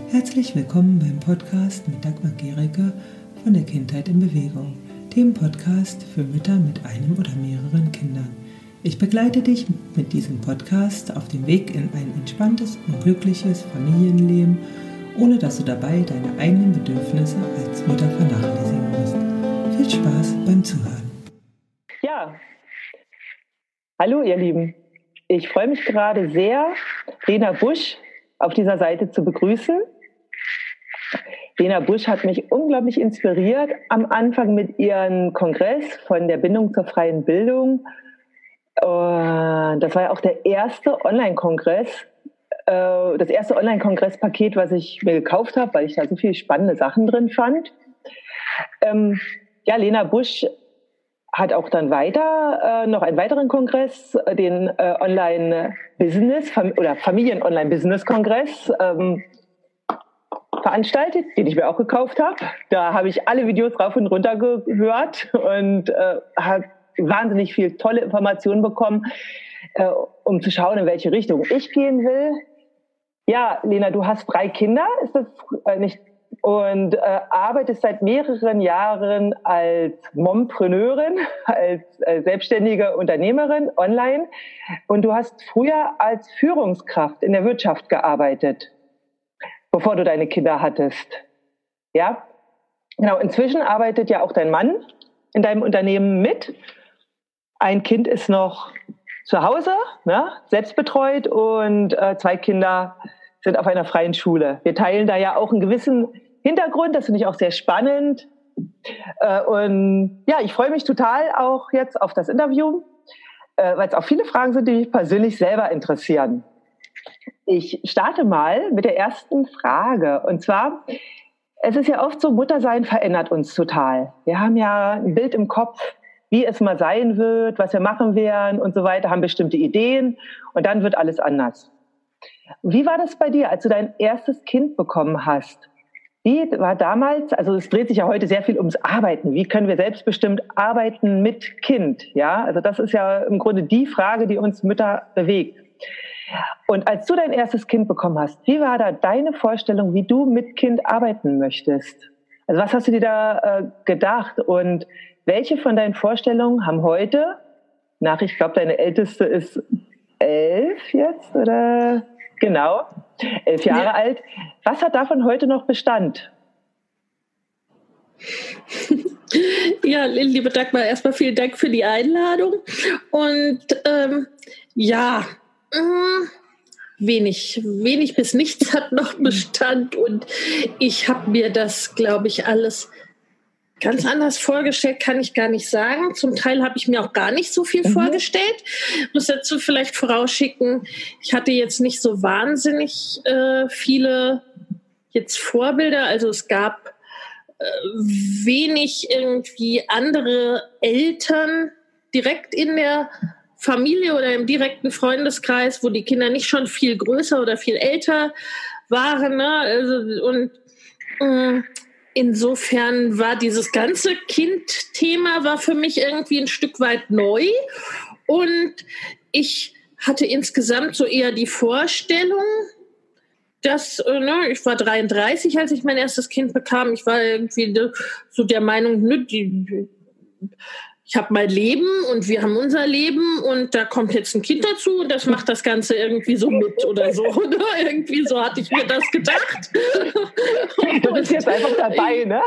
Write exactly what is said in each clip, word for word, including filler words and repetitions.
Herzlich willkommen beim Podcast mit Dagmar Gericke von der Kindheit in Bewegung, dem Podcast für Mütter mit einem oder mehreren Kindern. Ich begleite dich mit diesem Podcast auf dem Weg in ein entspanntes und glückliches Familienleben, ohne dass du dabei deine eigenen Bedürfnisse als Mutter vernachlässigen musst. Viel Spaß beim Zuhören. Ja, hallo ihr Lieben. Ich freue mich gerade sehr, Lena Busch auf dieser Seite zu begrüßen. Lena Busch hat mich unglaublich inspiriert am Anfang mit ihrem Kongress von der Bindung zur freien Bildung. Das war ja auch der erste Online-Kongress, das erste Online-Kongress-Paket, was ich mir gekauft habe, weil ich da so viele spannende Sachen drin fand. Ja, Lena Busch hat auch dann weiter noch einen weiteren Kongress, den Online-Business oder Familien-Online-Business-Kongress veranstaltet, den ich mir auch gekauft habe. Da habe ich alle Videos rauf und runter gehört und äh, habe wahnsinnig viel tolle Informationen bekommen, äh, um zu schauen, in welche Richtung ich gehen will. Ja, Lena, du hast drei Kinder, ist das äh, nicht? Und äh, arbeitest seit mehreren Jahren als Mompreneurin, als äh, selbstständige Unternehmerin online. Und du hast früher als Führungskraft in der Wirtschaft gearbeitet, bevor du deine Kinder hattest. Ja, genau. Inzwischen arbeitet ja auch dein Mann in deinem Unternehmen mit. Ein Kind ist noch zu Hause, ne, selbstbetreut, und äh, zwei Kinder sind auf einer freien Schule. Wir teilen da ja auch einen gewissen Hintergrund. Das finde ich auch sehr spannend. Äh, und ja, ich freue mich total auch jetzt auf das Interview, äh, weil es auch viele Fragen sind, die mich persönlich selber interessieren. Ich starte mal mit der ersten Frage. Und zwar, es ist ja oft so, Muttersein verändert uns total. Wir haben ja ein Bild im Kopf, wie es mal sein wird, was wir machen werden und so weiter, haben bestimmte Ideen und dann wird alles anders. Wie war das bei dir, als du dein erstes Kind bekommen hast? Wie war damals, also es dreht sich ja heute sehr viel ums Arbeiten. Wie können wir selbstbestimmt arbeiten mit Kind? Ja, also das ist ja im Grunde die Frage, die uns Mütter bewegt. Und als du dein erstes Kind bekommen hast, wie war da deine Vorstellung, wie du mit Kind arbeiten möchtest? Also was hast du dir da äh, gedacht und welche von deinen Vorstellungen haben heute, nach, ich glaube, deine älteste ist elf jetzt, oder? Genau, elf Jahre ja. alt. Was hat davon heute noch Bestand? Ja, liebe Dagmar, erstmal vielen Dank für die Einladung. Und ähm, ja, Wenig, wenig bis nichts hat noch Bestand, und ich habe mir das, glaube ich, alles ganz anders vorgestellt, kann ich gar nicht sagen. Zum Teil habe ich mir auch gar nicht so viel mhm. vorgestellt. Ich muss dazu vielleicht vorausschicken, ich hatte jetzt nicht so wahnsinnig äh, viele jetzt Vorbilder, also es gab äh, wenig irgendwie andere Eltern direkt in der Familie oder im direkten Freundeskreis, wo die Kinder nicht schon viel größer oder viel älter waren. Ne? Also, und äh, insofern war dieses ganze Kind-Thema war für mich irgendwie ein Stück weit neu. Und ich hatte insgesamt so eher die Vorstellung, dass, äh, ne, ich war dreiunddreißig, als ich mein erstes Kind bekam. Ich war irgendwie so der Meinung, ne, die ich habe mein Leben und wir haben unser Leben und da kommt jetzt ein Kind dazu und das macht das Ganze irgendwie so mit oder so. Oder? Irgendwie so hatte ich mir das gedacht. Du bist jetzt einfach dabei, ne?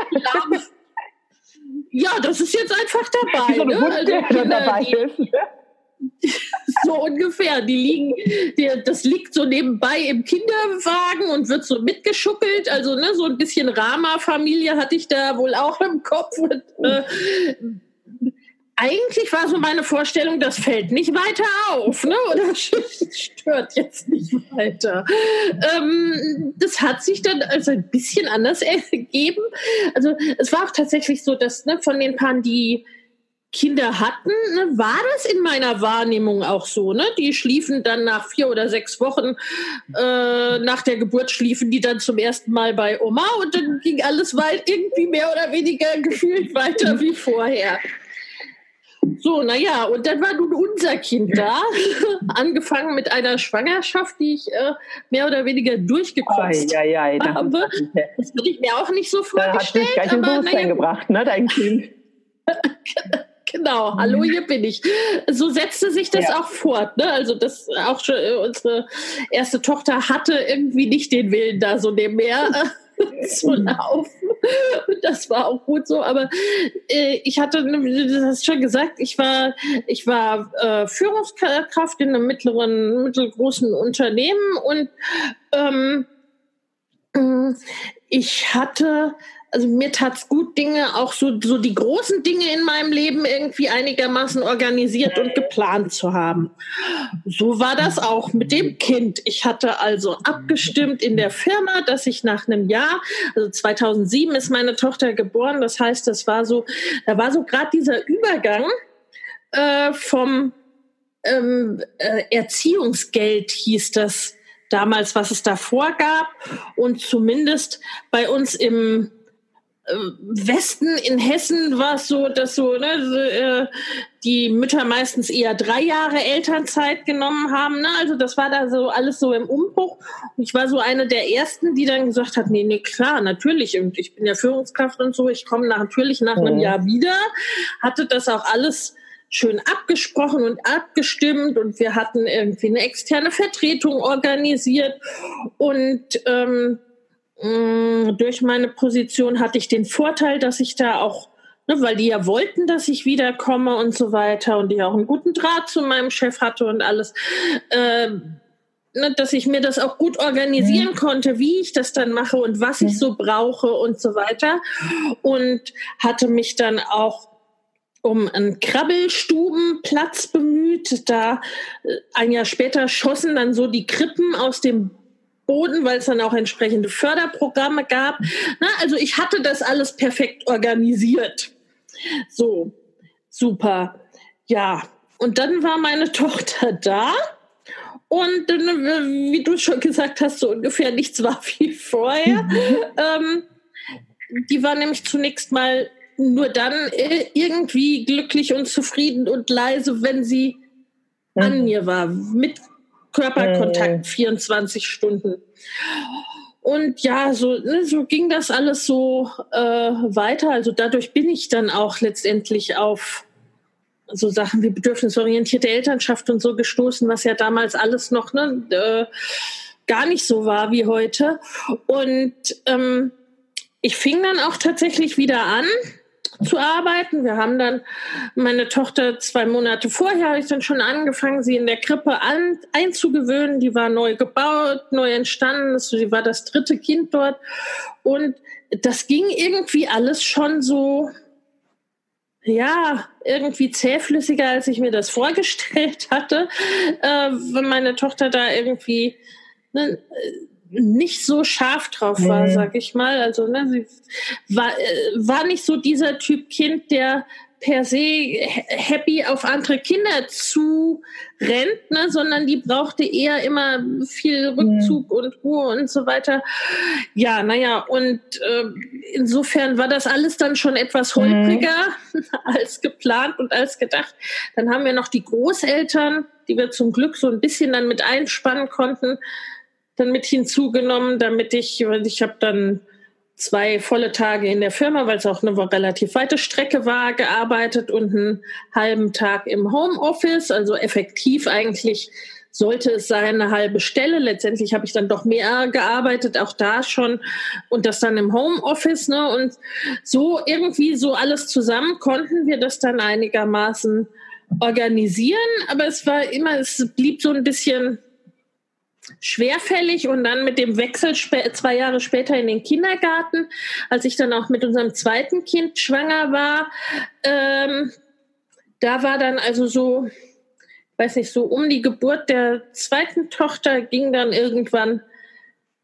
Ja, das ist jetzt einfach dabei. Wie so eine Hund, ne? der also Kinder, dabei die, ist. So ungefähr. Die liegen, die, das liegt so nebenbei im Kinderwagen und wird so mitgeschuckelt. Also ne, so ein bisschen Rama-Familie hatte ich da wohl auch im Kopf. Und, äh, eigentlich war so meine Vorstellung, das fällt nicht weiter auf, ne? Oder stört jetzt nicht weiter. Ähm, das hat sich dann also ein bisschen anders ergeben. Also es war auch tatsächlich so, dass ne, von den Paaren, die Kinder hatten, ne, war das in meiner Wahrnehmung auch so. Ne? Die schliefen dann nach vier oder sechs Wochen äh, nach der Geburt, schliefen die dann zum ersten Mal bei Oma und dann ging alles weit irgendwie mehr oder weniger gefühlt weiter wie vorher. So, naja, und dann war nun unser Kind da, angefangen mit einer Schwangerschaft, die ich äh, mehr oder weniger durchgekotzt Ai, ai, ai, das habe. Das hätte ich mir auch nicht so vorgestellt. Da hat dich gleich in Bewusstsein gebracht, ne, dein Kind. Genau, hallo, hier bin ich. So setzte sich das ja. auch fort. Ne? Also das auch schon, unsere erste Tochter hatte irgendwie nicht den Willen, da so nebenher äh, zu laufen. Und das war auch gut so. Aber äh, ich hatte, du hast schon gesagt, ich war, ich war äh, Führungskraft in einem mittleren, mittelgroßen Unternehmen und ähm, ich hatte Also mir tat's gut, Dinge, auch so, so die großen Dinge in meinem Leben irgendwie einigermaßen organisiert und geplant zu haben. So war das auch mit dem Kind. Ich hatte also abgestimmt in der Firma, dass ich nach einem Jahr, also zweitausendsieben ist meine Tochter geboren, das heißt, das war so, da war so gerade dieser Übergang äh, vom ähm, äh, Erziehungsgeld hieß das damals, was es davor gab, und zumindest bei uns im Westen in Hessen war es so, dass so ne, die Mütter meistens eher drei Jahre Elternzeit genommen haben. Ne? Also das war da so alles so im Umbruch. Und ich war so eine der Ersten, die dann gesagt hat, nee, nee, klar, natürlich. Und ich bin ja Führungskraft und so. Ich komme natürlich nach einem Jahr wieder. Hatte das auch alles schön abgesprochen und abgestimmt. Und wir hatten irgendwie eine externe Vertretung organisiert. Und ähm, durch meine Position hatte ich den Vorteil, dass ich da auch, ne, weil die ja wollten, dass ich wiederkomme und so weiter und ich auch einen guten Draht zu meinem Chef hatte und alles, äh, ne, dass ich mir das auch gut organisieren mhm. konnte, wie ich das dann mache und was mhm. ich so brauche und so weiter. Und hatte mich dann auch um einen Krabbelstubenplatz bemüht. Da ein Jahr später schossen dann so die Krippen aus dem Boden, weil es dann auch entsprechende Förderprogramme gab. Na, also ich hatte das alles perfekt organisiert. So, super. Ja, und dann war meine Tochter da und wie du schon gesagt hast, so ungefähr nichts war wie vorher. Mhm. Ähm, die war nämlich zunächst mal nur dann irgendwie glücklich und zufrieden und leise, wenn sie mhm. an mir war, mit Körperkontakt, vierundzwanzig Stunden. Und ja, so, ne, so ging das alles so äh, weiter. Also dadurch bin ich dann auch letztendlich auf so Sachen wie bedürfnisorientierte Elternschaft und so gestoßen, was ja damals alles noch ne, äh, gar nicht so war wie heute. Und ähm, ich fing dann auch tatsächlich wieder an zu arbeiten. Wir haben dann meine Tochter zwei Monate vorher, habe ich dann schon angefangen, sie in der Krippe an, einzugewöhnen. Die war neu gebaut, neu entstanden. Sie war das dritte Kind dort. Und das ging irgendwie alles schon so, ja, irgendwie zähflüssiger, als ich mir das vorgestellt hatte. Äh, wenn meine Tochter da irgendwie ne, nicht so scharf drauf war, mhm. sag ich mal. Also ne, sie war, war nicht so dieser Typ Kind, der per se happy auf andere Kinder zu rennt, ne, sondern die brauchte eher immer viel Rückzug mhm. und Ruhe und so weiter. Ja, naja, und äh, insofern war das alles dann schon etwas holpriger mhm. als geplant und als gedacht. Dann haben wir noch die Großeltern, die wir zum Glück so ein bisschen dann mit einspannen konnten, dann mit hinzugenommen, damit ich, weil ich habe dann zwei volle Tage in der Firma, weil es auch eine relativ weite Strecke war, gearbeitet und einen halben Tag im Homeoffice, also effektiv eigentlich sollte es sein, eine halbe Stelle. Letztendlich habe ich dann doch mehr gearbeitet, auch da schon und das dann im Homeoffice, ne? Und so irgendwie so alles zusammen konnten wir das dann einigermaßen organisieren, aber es war immer, es blieb so ein bisschen schwerfällig und dann mit dem Wechsel sp- zwei Jahre später in den Kindergarten, als ich dann auch mit unserem zweiten Kind schwanger war, ähm, da war dann also so, weiß nicht, so um die Geburt der zweiten Tochter ging dann irgendwann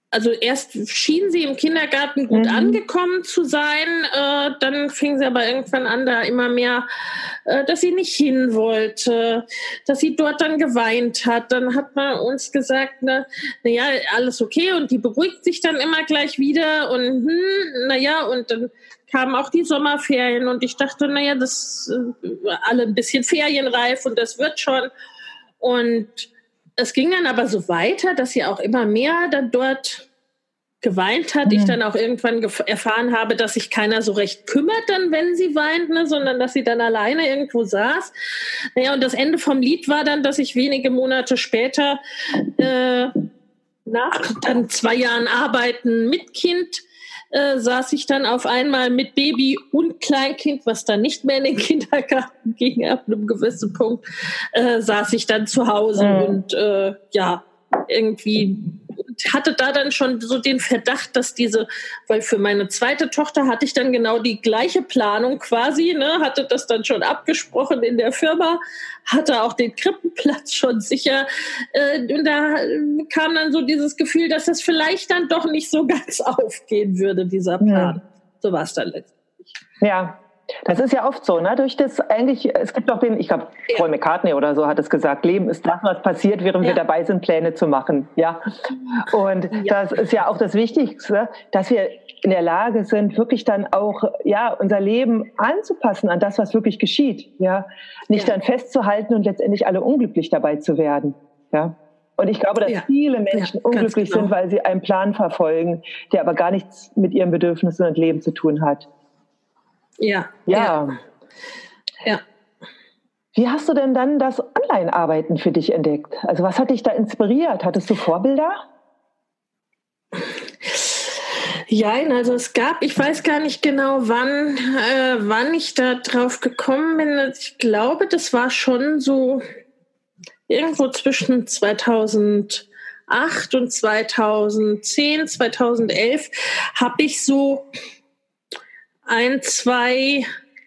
also erst schien sie im Kindergarten gut mhm. angekommen zu sein, äh, dann fing sie aber irgendwann an, da immer mehr, äh, dass sie nicht hin wollte, dass sie dort dann geweint hat. Dann hat man uns gesagt, na, na ja, alles okay, und die beruhigt sich dann immer gleich wieder und hm, na ja, und dann kamen auch die Sommerferien und ich dachte, na ja, das äh, alle ein bisschen ferienreif und das wird schon. Und es ging dann aber so weiter, dass sie auch immer mehr dann dort geweint hat. Mhm. Ich dann auch irgendwann gef- erfahren habe, dass sich keiner so recht kümmert dann, wenn sie weint, ne, sondern dass sie dann alleine irgendwo saß. Naja, und das Ende vom Lied war dann, dass ich wenige Monate später äh, nach dann zwei Jahren Arbeiten mit Kind Äh, saß ich dann auf einmal mit Baby und Kleinkind, was dann nicht mehr in den Kindergarten ging, ab einem gewissen Punkt, äh, saß ich dann zu Hause mhm. und äh, ja, irgendwie hatte da dann schon so den Verdacht, dass diese, weil für meine zweite Tochter hatte ich dann genau die gleiche Planung quasi, ne, hatte das dann schon abgesprochen in der Firma, hatte auch den Krippenplatz schon sicher, äh, und da kam dann so dieses Gefühl, dass das vielleicht dann doch nicht so ganz aufgehen würde, dieser Plan. Mhm. So war es dann letztendlich. Ja. Das ist ja oft so, ne? Durch das eigentlich, es gibt auch den, ich glaube, ja. Paul McCartney oder so hat es gesagt, Leben ist das, was passiert, während ja. wir dabei sind, Pläne zu machen, ja. Und ja. das ist ja auch das Wichtigste, dass wir in der Lage sind, wirklich dann auch, ja, unser Leben anzupassen an das, was wirklich geschieht, ja. Nicht ja. dann festzuhalten und letztendlich alle unglücklich dabei zu werden, ja. Und ich glaube, dass ja. viele Menschen ja, unglücklich genau. sind, weil sie einen Plan verfolgen, der aber gar nichts mit ihren Bedürfnissen und Leben zu tun hat. Ja, ja. Ja. Wie hast du denn dann das Online-Arbeiten für dich entdeckt? Also was hat dich da inspiriert? Hattest du Vorbilder? Ja, also es gab, ich weiß gar nicht genau, wann, äh, wann ich da drauf gekommen bin. Ich glaube, das war schon so irgendwo zwischen zweitausendacht und zweitausendzehn, zweitausendelf habe ich so ein, zwei,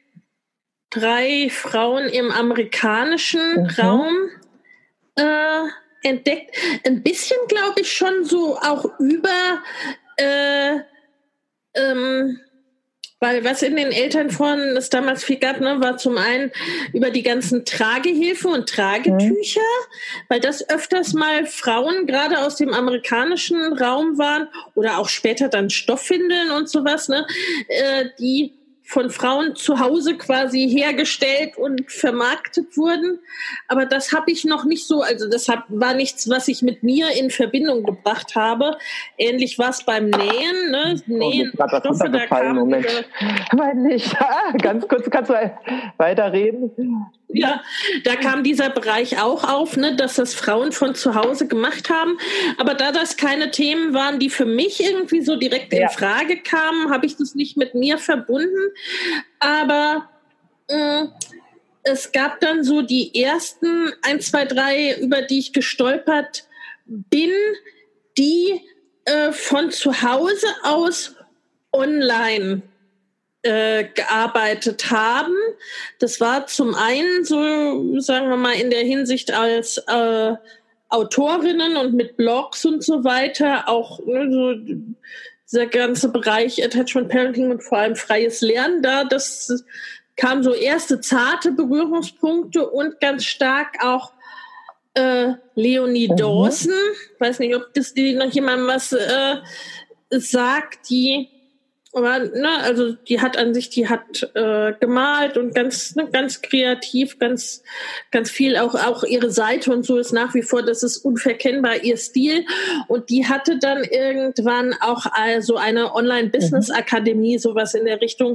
drei Frauen im amerikanischen mhm. Raum äh, entdeckt. Ein bisschen, glaube ich, schon so auch über, äh, ähm, weil was in den Elternforen es damals viel gab, ne, war zum einen über die ganzen Tragehilfen und Tragetücher, mhm. weil das öfters mal Frauen gerade aus dem amerikanischen Raum waren oder auch später dann Stoffwindeln und sowas, ne, äh, die von Frauen zu Hause quasi hergestellt und vermarktet wurden. Aber das habe ich noch nicht so, also das hab, war nichts, was ich mit mir in Verbindung gebracht habe. Ähnlich war es beim Nähen. Ne? Nähen, oh, Stoffe, da kam Moment. Mein nicht. Ah, ganz kurz, kannst du weiterreden? Ja, da kam dieser Bereich auch auf, ne, dass das Frauen von zu Hause gemacht haben. Aber da das keine Themen waren, die für mich irgendwie so direkt ja. in Frage kamen, habe ich das nicht mit mir verbunden. Aber äh, es gab dann so die ersten ein, zwei, drei, über die ich gestolpert bin, die äh, von zu Hause aus online Äh, gearbeitet haben. Das war zum einen so, sagen wir mal, in der Hinsicht als äh, Autorinnen und mit Blogs und so weiter, auch ne, so dieser ganze Bereich Attachment Parenting und vor allem freies Lernen da, das kam so erste zarte Berührungspunkte und ganz stark auch äh, Leonie mhm. Dawson, weiß nicht, ob das die noch jemandem was äh, sagt, die Aber ne, also die hat an sich, die hat äh, gemalt und ganz, ne, ganz kreativ, ganz, ganz viel. Auch auch ihre Seite und so ist nach wie vor, das ist unverkennbar ihr Stil. Und die hatte dann irgendwann auch also eine Online-Business-Akademie, sowas in der Richtung.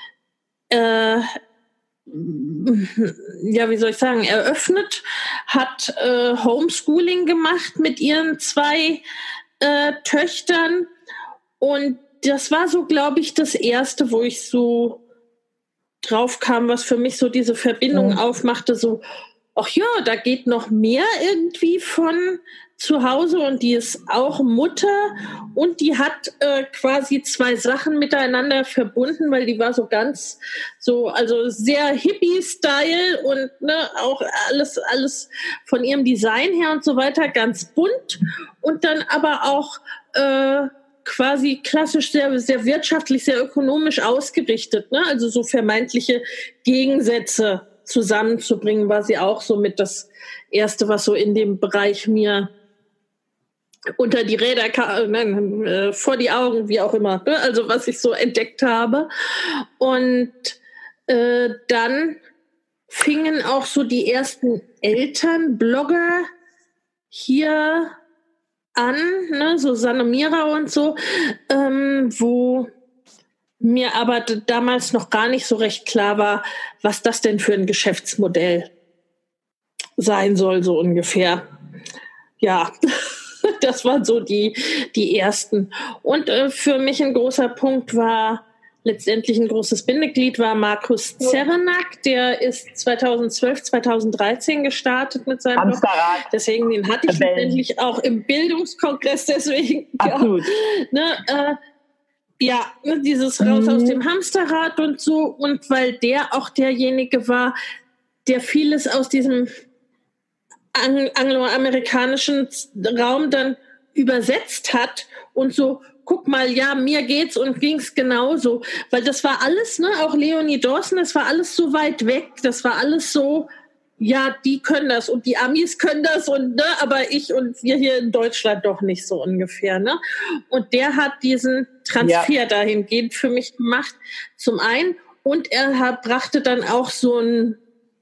Äh, ja, wie soll ich sagen, eröffnet, hat äh, Homeschooling gemacht mit ihren zwei äh, Töchtern und das war so, glaube ich, das Erste, wo ich so drauf kam, was für mich so diese Verbindung mhm. aufmachte, so, ach ja, da geht noch mehr irgendwie von zu Hause und die ist auch Mutter und die hat äh, quasi zwei Sachen miteinander verbunden, weil die war so ganz so, also sehr Hippie-Style und ne, auch alles, alles von ihrem Design her und so weiter ganz bunt und dann aber auch äh, quasi klassisch sehr, sehr wirtschaftlich, sehr ökonomisch ausgerichtet, ne? Also so vermeintliche Gegensätze zusammenzubringen, war sie auch so mit das Erste, was so in dem Bereich mir unter die Räder, nein, äh, vor die Augen, wie auch immer, ne? Also was ich so entdeckt habe. Und äh, dann fingen auch so die ersten Elternblogger hier an, ne? So Sanne Mira und so, ähm, wo mir aber d- damals noch gar nicht so recht klar war, was das denn für ein Geschäftsmodell sein soll, so ungefähr. Ja, das waren so die, die ersten. Und äh, für mich ein großer Punkt war, letztendlich ein großes Bindeglied war Markus Zerenak. Der ist zweitausendzwölf, zweitausenddreizehn gestartet mit seinem Blog. Deswegen, den hatte ich letztendlich auch im Bildungskongress, deswegen. Absolut. Ja, ne, äh, ja, ne, dieses Raus aus dem Hamsterrad und so. Und weil der auch derjenige war, der vieles aus diesem ang- angloamerikanischen Raum dann übersetzt hat und so, guck mal, ja, mir geht's und ging's genauso. Weil das war alles, ne, auch Leonie Dawson, das war alles so weit weg, das war alles so, ja, die können das und die Amis können das und, ne, aber ich und wir hier in Deutschland doch nicht so ungefähr, ne. Und der hat diesen Transfer ja. dahingehend für mich gemacht, zum einen, und er hat, brachte dann auch so ein,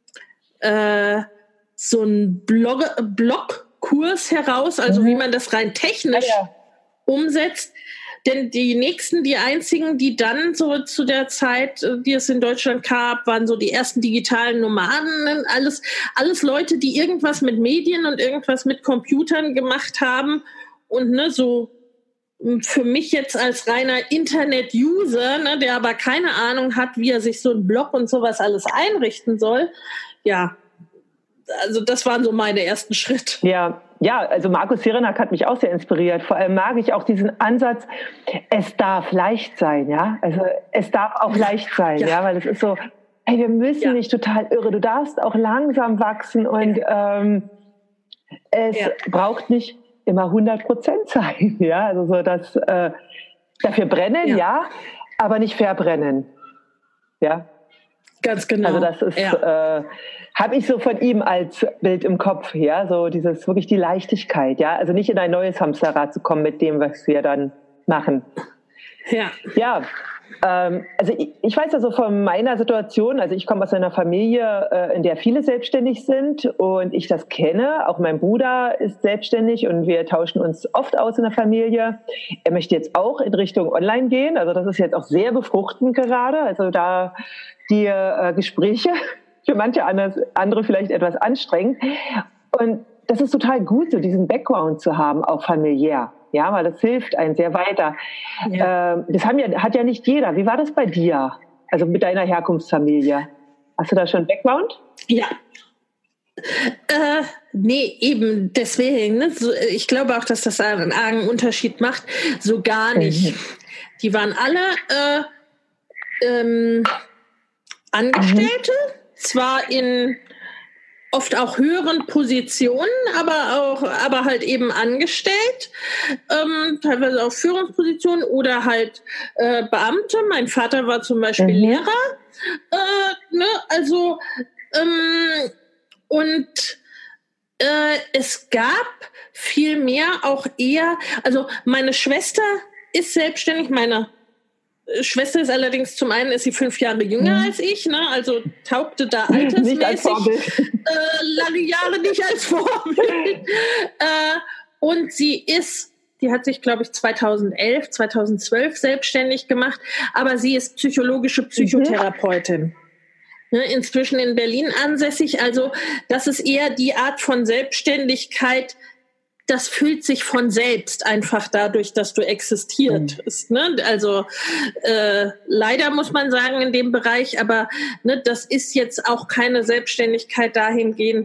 äh, so ein Blog, Blogkurs heraus, also mhm. wie man das rein technisch ah, ja. umsetzt. Denn die nächsten, die einzigen, die dann so zu der Zeit, die es in Deutschland gab, waren so die ersten digitalen Nomaden, alles, alles Leute, die irgendwas mit Medien und irgendwas mit Computern gemacht haben. Und ne, so für mich jetzt als reiner Internet-User, ne, der aber keine Ahnung hat, wie er sich so einen Blog und sowas alles einrichten soll, ja, also das waren so meine ersten Schritte. Ja, ja, also Markus Zerenak hat mich auch sehr inspiriert. Vor allem mag ich auch diesen Ansatz, es darf leicht sein, ja. Also es darf auch leicht sein, ja, ja weil es ist so, hey, wir müssen ja. nicht total irre, du darfst auch langsam wachsen und ja. ähm, es ja. braucht nicht immer hundert Prozent sein, ja. Also so das äh, dafür brennen, ja. ja, aber nicht verbrennen, ja. Ganz genau. Also das ist, ja. äh, habe ich so von ihm als Bild im Kopf, ja, so dieses wirklich die Leichtigkeit, ja, also nicht in ein neues Hamsterrad zu kommen mit dem, was wir dann machen. Ja. Ja, ähm, also ich, ich weiß also von meiner Situation, also ich komme aus einer Familie, äh, in der viele selbstständig sind und ich das kenne. Auch mein Bruder ist selbstständig und wir tauschen uns oft aus in der Familie. Er möchte jetzt auch in Richtung Online gehen, also das ist jetzt auch sehr befruchtend gerade, also da die äh, Gespräche für manche anders, andere vielleicht etwas anstrengend. Und das ist total gut, so diesen Background zu haben, auch familiär. Ja, weil das hilft einem sehr weiter. Ja. Ähm, das haben ja, hat ja nicht jeder. Wie war das bei dir? Also mit deiner Herkunftsfamilie? Hast du da schon einen Background? Ja. Äh, nee, eben deswegen. Ne? So, ich glaube auch, dass das einen argen Unterschied macht. So gar nicht. Mhm. Die waren alle äh, ähm, Angestellte, mhm. zwar in oft auch höheren Positionen, aber auch, aber halt eben angestellt, ähm, teilweise auf Führungspositionen oder halt äh, Beamte. Mein Vater war zum Beispiel mhm. Lehrer, äh, ne, also ähm, und äh, es gab viel mehr auch eher, also meine Schwester ist selbstständig, meine Schwester ist allerdings, zum einen ist sie fünf Jahre jünger mhm. als ich, ne? Also taugte da altersmäßig äh, lange Jahre nicht als Vorbild. äh, und sie ist, die hat sich, glaube ich, zweitausendelf, zweitausendzwölf selbstständig gemacht, aber sie ist psychologische Psychotherapeutin. Mhm. Ne? Inzwischen in Berlin ansässig, also das ist eher die Art von Selbstständigkeit, das fühlt sich von selbst einfach dadurch, dass du existierst. Mhm. Ne? Also äh, leider muss man sagen in dem Bereich, aber ne, das ist jetzt auch keine Selbstständigkeit dahingehend,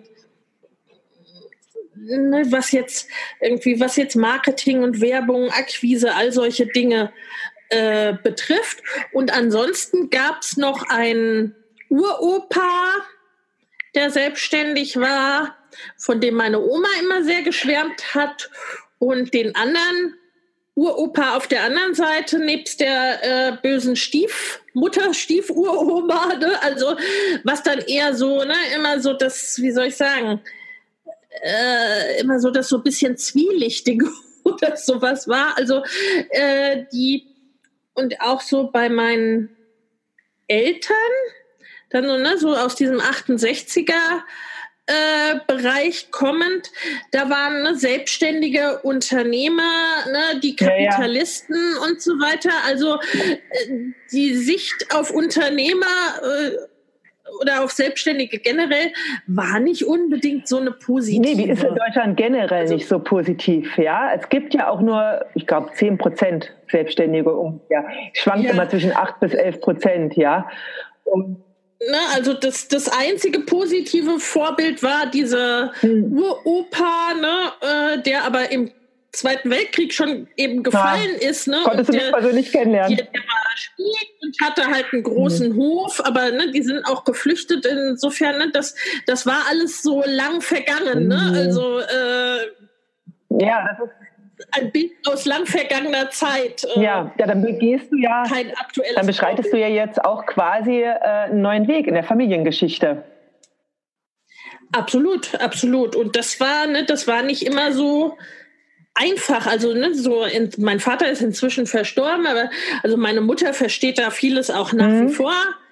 ne, was jetzt irgendwie, was jetzt Marketing und Werbung, Akquise, all solche Dinge äh, betrifft. Und ansonsten gab es noch einen Uropa, der selbstständig war, von dem meine Oma immer sehr geschwärmt hat, und den anderen Uropa auf der anderen Seite, nebst der äh, bösen Stiefmutter, Stiefuroma, ne? Also was dann eher so, ne, immer so das, wie soll ich sagen, äh, immer so das so ein bisschen Zwielichtige oder sowas war. Also äh, die, und auch so bei meinen Eltern, dann so, ne, so aus diesem achtundsechziger Äh, Bereich kommend, da waren ne, selbstständige Unternehmer, ne, die Kapitalisten ja, ja. und so weiter. Also äh, die Sicht auf Unternehmer äh, oder auf Selbstständige generell war nicht unbedingt so eine positive. Nee, die ist in Deutschland generell also, nicht so positiv. Ja, es gibt ja auch nur, ich glaube, zehn Prozent Selbstständige ungefähr. Schwankt ja. immer zwischen acht bis elf Prozent, ja. Und Ne, also das, das einzige positive Vorbild war dieser hm. Uropa, ne, äh, der aber im Zweiten Weltkrieg schon eben gefallen ja. ist. Ne, Konntest und du mich persönlich kennenlernen. Der, der war Schmied und hatte halt einen großen hm. Hof, aber ne, die sind auch geflüchtet. Insofern, ne, das, das war alles so lang vergangen. Hm. Ne? Also äh, ja, das ist ein Bild aus lang vergangener Zeit. Ja, ja, dann begehst du ja, kein aktuelles dann beschreitest Vorbild. Du ja jetzt auch quasi äh, einen neuen Weg in der Familiengeschichte. Absolut, absolut. Und das war, ne, das war nicht immer so einfach. Also, ne, so in, mein Vater ist inzwischen verstorben, aber also meine Mutter versteht da vieles auch nach mhm. wie vor.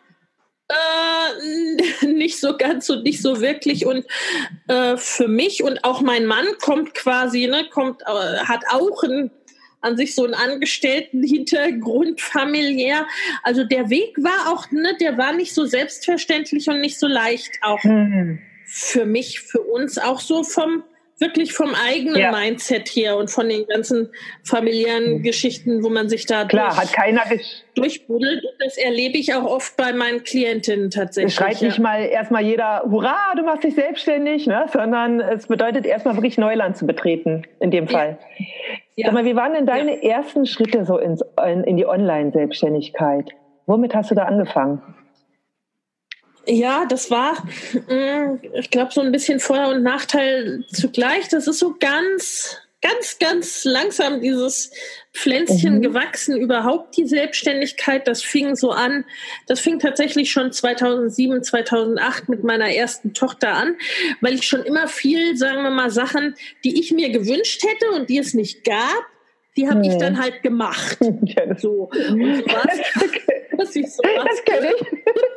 Äh, nicht so ganz und nicht so wirklich und äh, für mich und auch mein Mann kommt quasi, ne, kommt, äh, hat auch ein, an sich so einen Angestellten-Hintergrund familiär. Also der Weg war auch, ne, der war nicht so selbstverständlich und nicht so leicht auch mhm. für mich, für uns auch so vom wirklich vom eigenen ja. Mindset her und von den ganzen familiären Geschichten, wo man sich da Klar, durch, hat keiner durchbuddelt. Das erlebe ich auch oft bei meinen Klientinnen tatsächlich. Es schreit ja. nicht mal erstmal jeder, hurra, du machst dich selbstständig, ne? Sondern es bedeutet erstmal wirklich Neuland zu betreten, in dem Fall. Ja. Sag mal, wie waren denn deine ja. ersten Schritte so ins, in, in die Online-Selbstständigkeit? Womit hast du da angefangen? Ja, das war, ich glaube, so ein bisschen Vor- und Nachteil zugleich. Das ist so ganz, ganz, ganz langsam dieses Pflänzchen mhm. gewachsen. Überhaupt die Selbstständigkeit, das fing so an. Das fing tatsächlich schon zweitausendsieben, zweitausendacht mit meiner ersten Tochter an, weil ich schon immer viel, sagen wir mal, Sachen, die ich mir gewünscht hätte und die es nicht gab, die habe mhm. ich dann halt gemacht. Ja, so. Und so was, was ich so das kenne ich.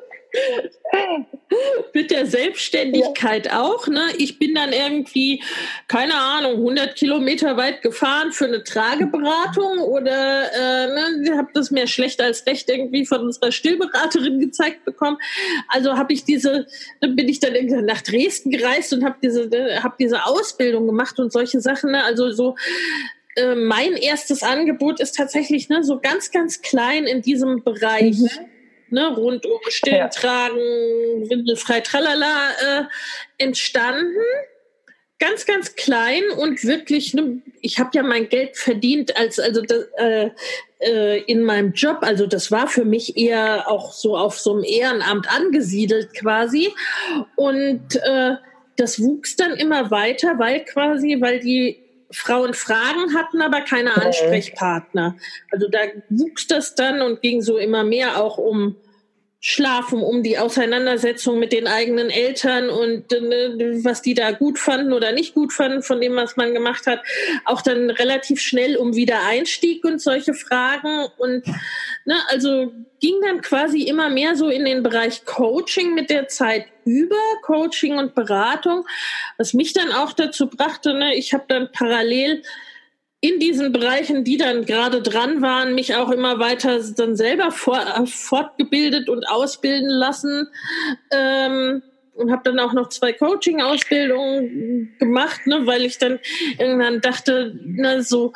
Mit der Selbstständigkeit ja. auch, ne? Ich bin dann irgendwie, keine Ahnung, hundert Kilometer weit gefahren für eine Trageberatung oder äh, ne, habe das mehr schlecht als recht irgendwie von unserer Stillberaterin gezeigt bekommen. Also habe ich diese, dann bin ich dann irgendwie nach Dresden gereist und habe diese, habe diese Ausbildung gemacht und solche Sachen, ne? Also so äh, mein erstes Angebot ist tatsächlich ne, so ganz, ganz klein in diesem Bereich. Mhm. Ne, rund um Stillen tragen, ja. windelfrei, tralala, äh, entstanden. Ganz, ganz klein und wirklich, ne, ich habe ja mein Geld verdient als also das, äh, äh, in meinem Job. Also das war für mich eher auch so auf so einem Ehrenamt angesiedelt quasi. Und äh, das wuchs dann immer weiter, weil quasi, weil die Frauen Fragen hatten, aber keine Ansprechpartner. Also da wuchs das dann und ging so immer mehr auch um Schlafen, um die Auseinandersetzung mit den eigenen Eltern und äh, was die da gut fanden oder nicht gut fanden von dem, was man gemacht hat. Auch dann relativ schnell um Wiedereinstieg und solche Fragen. Und ne, also ging dann quasi immer mehr so in den Bereich Coaching mit der Zeit über, Coaching und Beratung, was mich dann auch dazu brachte, ne, ich habe dann parallel in diesen Bereichen, die dann gerade dran waren, mich auch immer weiter dann selber vor, fortgebildet und ausbilden lassen ähm, und habe dann auch noch zwei Coaching-Ausbildungen gemacht, ne, weil ich dann irgendwann dachte, ne, so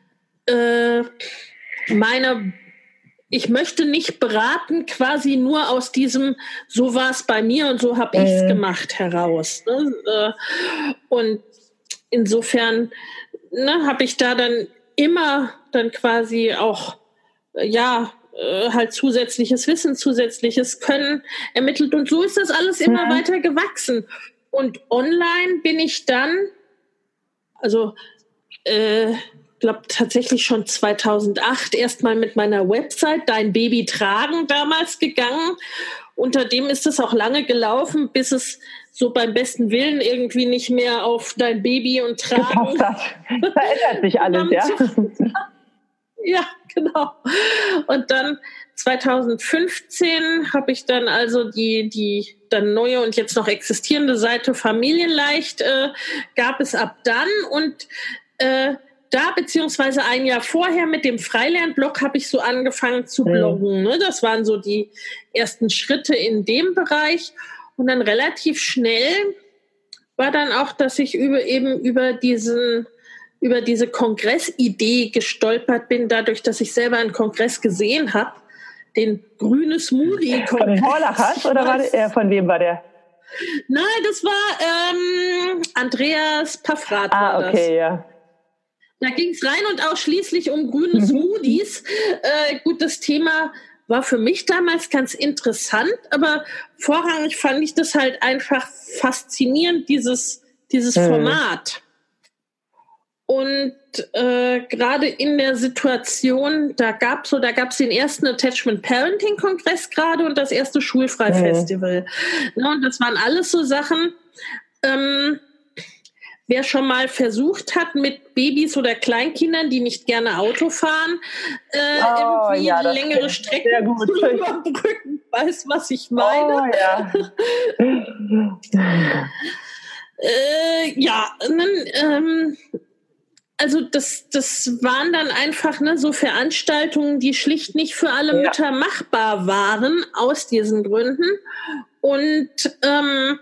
äh, meine ich möchte nicht beraten, quasi nur aus diesem, so war es bei mir und so habe ich es äh. gemacht heraus. Ne? Und insofern ne, habe ich da dann immer dann quasi auch, ja, halt zusätzliches Wissen, zusätzliches Können ermittelt. Und so ist das alles immer ja. weiter gewachsen. Und online bin ich dann, also äh, glaube tatsächlich schon zweitausendacht erstmal mit meiner Website Dein Baby tragen damals gegangen. Unter dem ist es auch lange gelaufen, bis es so beim besten Willen irgendwie nicht mehr auf Dein Baby und Tragen. Verändert sich alles, ja. Ja, genau. Und dann zweitausendfünfzehn habe ich dann also die, die dann neue und jetzt noch existierende Seite Familienleicht äh, gab es ab dann. Und äh, da beziehungsweise ein Jahr vorher mit dem Freilernblog habe ich so angefangen zu bloggen. Ne? Das waren so die ersten Schritte in dem Bereich. Und dann relativ schnell war dann auch, dass ich über eben über diesen über diese Kongressidee gestolpert bin, dadurch, dass ich selber einen Kongress gesehen habe, den Grüne Smoothie-Kongress. Von Horlachas oder war der, äh, von wem war der? Nein, das war ähm, Andreas Paffrath. Ah, war okay, das. ja. Da ging es rein und ausschließlich um grüne Smoothies. äh, gut, das Thema war für mich damals ganz interessant, aber vorrangig fand ich das halt einfach faszinierend, dieses, dieses hm. Format. Und äh, gerade in der Situation, da gab so, da gab es den ersten Attachment Parenting Kongress gerade und das erste Schulfrei Festival. Mhm. Ja, und das waren alles so Sachen. Ähm, wer schon mal versucht hat, mit Babys oder Kleinkindern, die nicht gerne Auto fahren, äh, oh, irgendwie ja, längere Strecken zu überbrücken, weiß, was ich meine. Oh, ja. äh, ja, dann, ähm, also das, das waren dann einfach ne, so Veranstaltungen, die schlicht nicht für alle ja. Mütter machbar waren, aus diesen Gründen. Und ähm,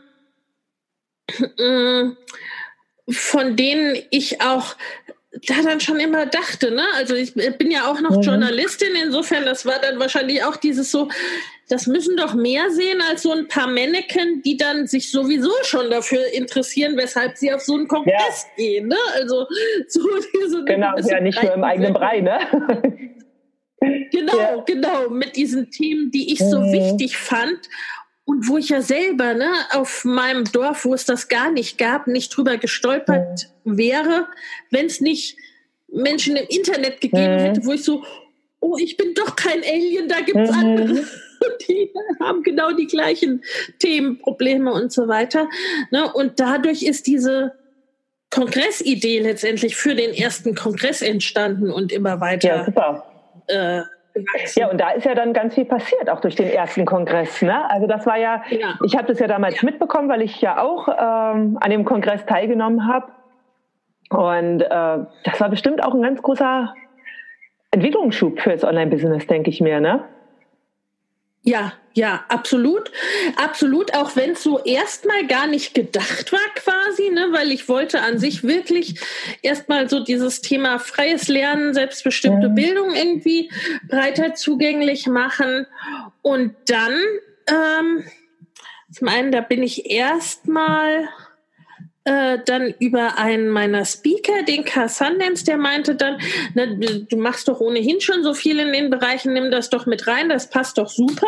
äh, von denen ich auch da dann schon immer dachte, ne? Also ich bin ja auch noch mhm. Journalistin, insofern, das war dann wahrscheinlich auch dieses so, das müssen doch mehr sehen als so ein paar Mannequin, die dann sich sowieso schon dafür interessieren, weshalb sie auf so einen Kongress ja. gehen, ne? Also so diese genau, ja nicht nur im eigenen Brei, ne? Genau, ja. genau, mit diesen Themen, die ich so mhm. wichtig fand. Und wo ich ja selber ne, auf meinem Dorf, wo es das gar nicht gab, nicht drüber gestolpert mhm. wäre, wenn es nicht Menschen im Internet gegeben mhm. hätte, wo ich so, oh, ich bin doch kein Alien, da gibt's mhm. andere. Die haben genau die gleichen Themen, Probleme und so weiter. Ne, und dadurch ist diese Kongressidee letztendlich für den ersten Kongress entstanden und immer weiter. Ja, super. Äh, Ja, und da ist ja dann ganz viel passiert, auch durch den ersten Kongress. Ne? Also das war ja, ja. ich habe das ja damals ja. mitbekommen, weil ich ja auch ähm, an dem Kongress teilgenommen habe. Und äh, das war bestimmt auch ein ganz großer Entwicklungsschub für das Online-Business, denke ich mir, ne? Ja, ja, absolut. Absolut, auch wenn es so erstmal gar nicht gedacht war quasi, ne, weil ich wollte an sich wirklich erstmal so dieses Thema freies Lernen, selbstbestimmte mhm. Bildung irgendwie breiter zugänglich machen. Und dann, ähm, zum einen, da bin ich erstmal Äh, dann über einen meiner Speaker, den Carl Sundance, der meinte dann, na, du machst doch ohnehin schon so viel in den Bereichen, nimm das doch mit rein, das passt doch super.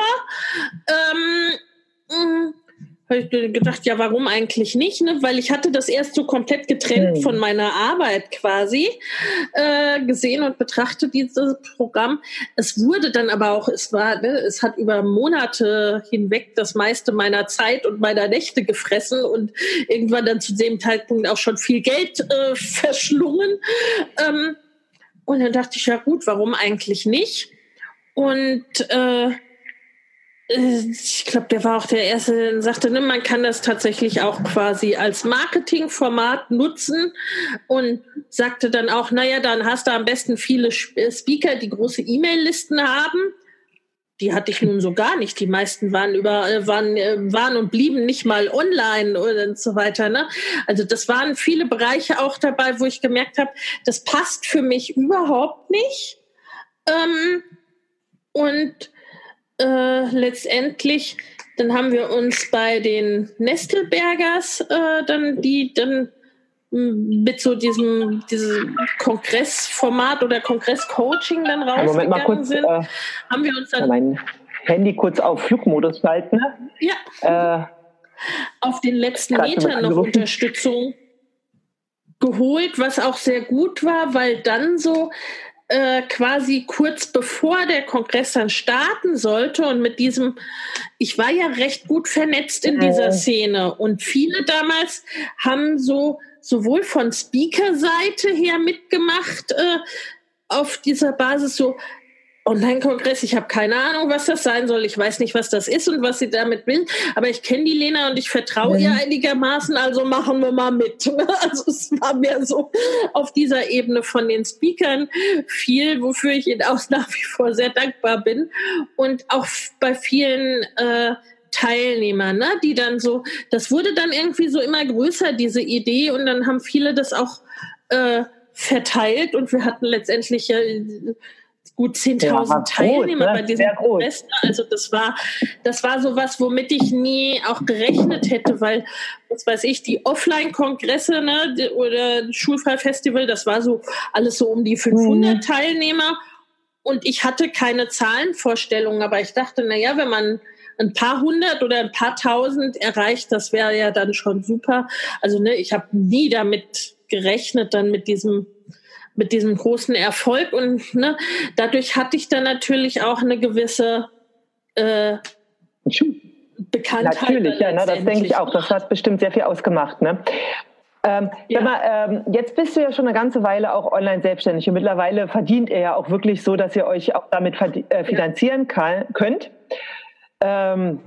Ähm, habe ich gedacht, ja, warum eigentlich nicht? Ne? Weil ich hatte das erst so komplett getrennt mhm. von meiner Arbeit quasi äh, gesehen und betrachtet dieses Programm. Es wurde dann aber auch, es war, ne, es hat über Monate hinweg das meiste meiner Zeit und meiner Nächte gefressen und irgendwann dann zu dem Zeitpunkt auch schon viel Geld äh, verschlungen. Ähm, und dann dachte ich, ja gut, warum eigentlich nicht? Und äh, ich glaube, der war auch der Erste, der sagte, ne, man kann das tatsächlich auch quasi als Marketingformat nutzen und sagte dann auch, naja, dann hast du am besten viele Speaker, die große E-Mail-Listen haben. Die hatte ich nun so gar nicht. Die meisten waren über, waren, waren und blieben nicht mal online und so weiter. Ne? Also das waren viele Bereiche auch dabei, wo ich gemerkt habe, das passt für mich überhaupt nicht. Ähm, und Äh, letztendlich, dann haben wir uns bei den Nestelbergers äh, dann die dann mit so diesem diesem Kongressformat oder Kongresscoaching dann rausgegangen Moment mal kurz, sind, äh, haben wir uns dann mein Handy kurz auf Flugmodus schalten. Ne? Ja. Äh, auf den letzten Metern noch Unterstützung geholt, was auch sehr gut war, weil dann so äh, quasi kurz bevor der Kongress dann starten sollte und mit diesem, ich war ja recht gut vernetzt in dieser Szene und viele damals haben so sowohl von Speaker-Seite her mitgemacht äh, auf dieser Basis so, Online-Kongress, ich habe keine Ahnung, was das sein soll. Ich weiß nicht, was das ist und was sie damit will. Aber ich kenne die Lena und ich vertraue ihr einigermaßen, also machen wir mal mit. Also es war mehr so auf dieser Ebene von den Speakern viel, wofür ich ihnen auch nach wie vor sehr dankbar bin. Und auch bei vielen äh, Teilnehmern, ne, die dann so, das wurde dann irgendwie so immer größer, diese Idee. Und dann haben viele das auch äh, verteilt und wir hatten letztendlich ja gut zehntausend ja, Teilnehmer, ne? Bei diesem Kongress. Also das war, das war sowas, womit ich nie auch gerechnet hätte, weil, was weiß ich, die Offline-Kongresse, ne, oder Schulfrei-Festival, das war so alles so um die fünfhundert mhm. Teilnehmer und ich hatte keine Zahlenvorstellungen, aber ich dachte, na ja, wenn man ein paar hundert oder ein paar tausend erreicht, das wäre ja dann schon super. Also ne, ich habe nie damit gerechnet, dann mit diesem mit diesem großen Erfolg und ne, dadurch hatte ich dann natürlich auch eine gewisse äh, Bekanntheit. Natürlich, ja, ne, das denke ich auch. Das hat bestimmt sehr viel ausgemacht. Ne? Ähm, ja. mal, ähm, jetzt bist du ja schon eine ganze Weile auch online selbstständig und mittlerweile verdient ihr ja auch wirklich so, dass ihr euch auch damit äh, finanzieren kann, könnt. Ähm,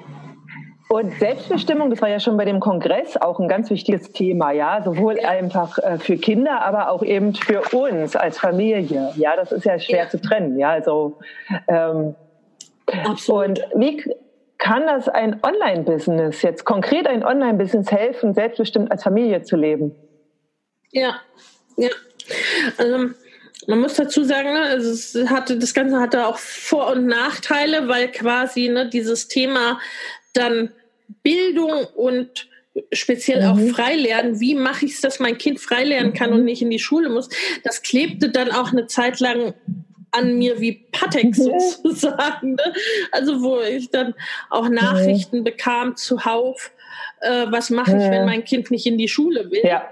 Und Selbstbestimmung, das war ja schon bei dem Kongress auch ein ganz wichtiges Thema, ja, sowohl ja. einfach äh, für Kinder, aber auch eben für uns als Familie. Ja, das ist ja schwer ja. zu trennen, ja, also ähm, Absolut. Und wie kann das ein Online-Business jetzt konkret ein Online-Business helfen, selbstbestimmt als Familie zu leben? Ja, ja, also man muss dazu sagen, ne, also es hatte, das Ganze hatte auch Vor- und Nachteile, weil quasi ne, dieses Thema dann Bildung und speziell mhm. auch Freilernen, wie mache ich es, dass mein Kind freilernen kann mhm. und nicht in die Schule muss, das klebte dann auch eine Zeit lang an mir wie Patex mhm. sozusagen. Ne? Also wo ich dann auch Nachrichten mhm. bekam zuhauf, äh, was mache ich, mhm. wenn mein Kind nicht in die Schule will. Ja.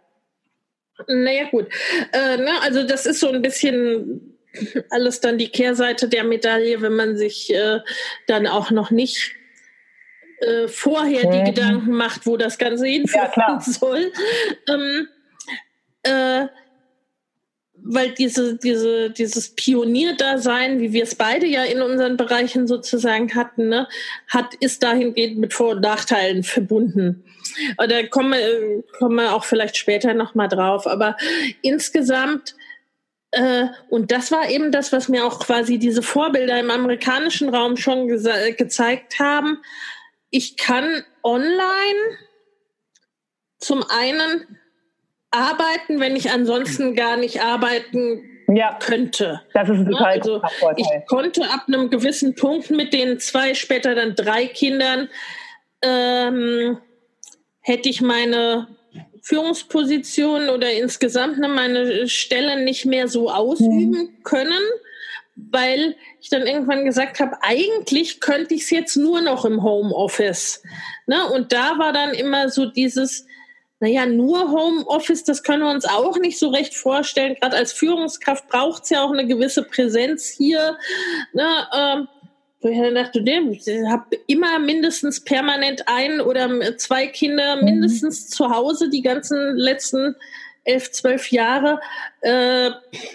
Naja gut, äh, ne, also das ist so ein bisschen alles dann die Kehrseite der Medaille, wenn man sich äh, dann auch noch nicht Äh, vorher die mhm. Gedanken macht, wo das Ganze hinführen ja, soll. Ähm, äh, weil diese, diese, dieses Pionierdasein, wie wir es beide ja in unseren Bereichen sozusagen hatten, ne, hat, ist dahingehend mit Vor- und Nachteilen verbunden. Aber da kommen wir, kommen wir auch vielleicht später nochmal drauf. Aber insgesamt Äh, und das war eben das, was mir auch quasi diese Vorbilder im amerikanischen Raum schon gesa- gezeigt haben. Ich kann online zum einen arbeiten, wenn ich ansonsten gar nicht arbeiten ja, könnte. Das ist ein total also Vorteil. Ich konnte ab einem gewissen Punkt mit den zwei, später dann drei Kindern, ähm, hätte ich meine Führungsposition oder insgesamt meine Stelle nicht mehr so ausüben mhm. können, weil ich dann irgendwann gesagt habe, eigentlich könnte ich es jetzt nur noch im Homeoffice. Ne? Und da war dann immer so dieses, naja, nur Homeoffice, das können wir uns auch nicht so recht vorstellen. Gerade als Führungskraft braucht es ja auch eine gewisse Präsenz hier. Ne? Ähm, wo ich dann dachte, ich habe immer mindestens permanent ein oder zwei Kinder mindestens mhm. zu Hause die ganzen letzten elf, zwölf Jahre. Äh,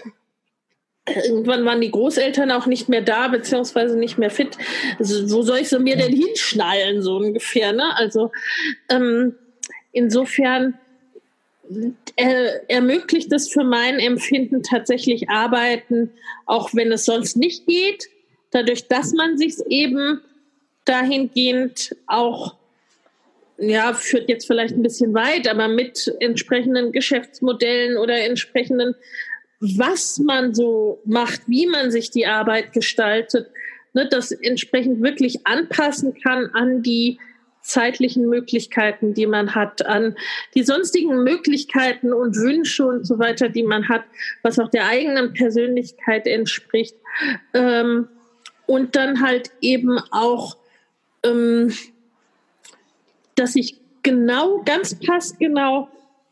Irgendwann waren die Großeltern auch nicht mehr da, beziehungsweise nicht mehr fit. Also, wo soll ich sie mir denn hinschnallen, so ungefähr, ne? Also, ähm, insofern äh, ermöglicht es für mein Empfinden tatsächlich Arbeiten, auch wenn es sonst nicht geht, dadurch, dass man sich eben dahingehend auch, ja, führt jetzt vielleicht ein bisschen weit, aber mit entsprechenden Geschäftsmodellen oder entsprechenden was man so macht, wie man sich die Arbeit gestaltet, ne, das entsprechend wirklich anpassen kann an die zeitlichen Möglichkeiten, die man hat, an die sonstigen Möglichkeiten und Wünsche und so weiter, die man hat, was auch der eigenen Persönlichkeit entspricht. Ähm, und dann halt eben auch, ähm, dass ich genau, ganz passgenau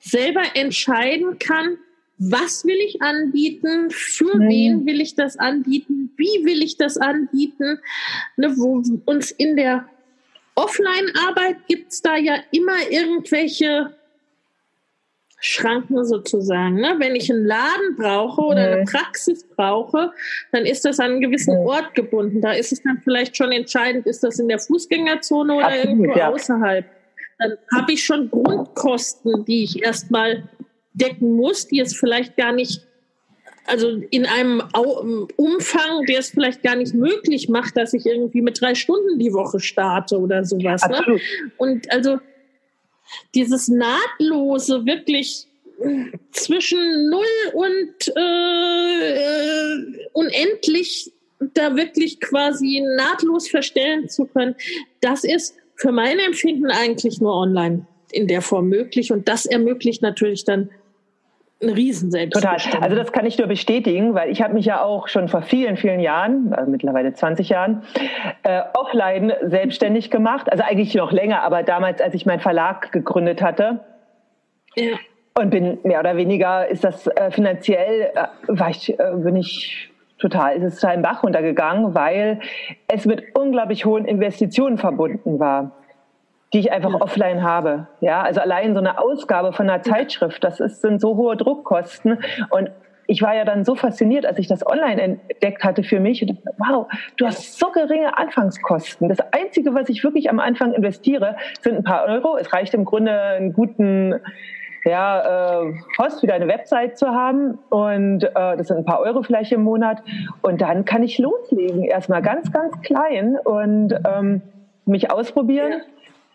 selber entscheiden kann, was will ich anbieten, für mhm. wen will ich das anbieten, wie will ich das anbieten. Ne, wo uns in der Offline-Arbeit gibt es da ja immer irgendwelche Schranken sozusagen. Ne? Wenn ich einen Laden brauche oder mhm. eine Praxis brauche, dann ist das an einen gewissen mhm. Ort gebunden. Da ist es dann vielleicht schon entscheidend, ist das in der Fußgängerzone oder Absolut, irgendwo ja. außerhalb. Dann habe ich schon Grundkosten, die ich erstmal decken muss, die es vielleicht gar nicht, also in einem Umfang, der es vielleicht gar nicht möglich macht, dass ich irgendwie mit drei Stunden die Woche starte oder sowas. Ne? Und also dieses Nahtlose wirklich zwischen null und äh, unendlich da wirklich quasi nahtlos verstellen zu können, das ist für mein Empfinden eigentlich nur online in der Form möglich. Und das ermöglicht natürlich dann ein riesen Selbstbestimmung. Total. Also das kann ich nur bestätigen, weil ich habe mich ja auch schon vor vielen, vielen Jahren, also mittlerweile zwanzig Jahren, äh, offline selbstständig gemacht. Also eigentlich noch länger, aber damals, als ich meinen Verlag gegründet hatte. Ja. Und bin mehr oder weniger, ist das äh, finanziell, äh, war ich, äh, bin ich total, ist es total im Bach runtergegangen, weil es mit unglaublich hohen Investitionen verbunden war, die ich einfach ja. offline habe. Ja, also allein so eine Ausgabe von einer Zeitschrift, das ist, sind so hohe Druckkosten. Und ich war ja dann so fasziniert, als ich das online entdeckt hatte für mich. Und dachte, wow, du hast so geringe Anfangskosten. Das Einzige, was ich wirklich am Anfang investiere, sind ein paar Euro. Es reicht im Grunde, einen guten ja, äh, Host für deine Website zu haben. Und äh, das sind ein paar Euro vielleicht im Monat. Und dann kann ich loslegen. Erstmal ganz, ganz klein und ähm, mich ausprobieren. Ja.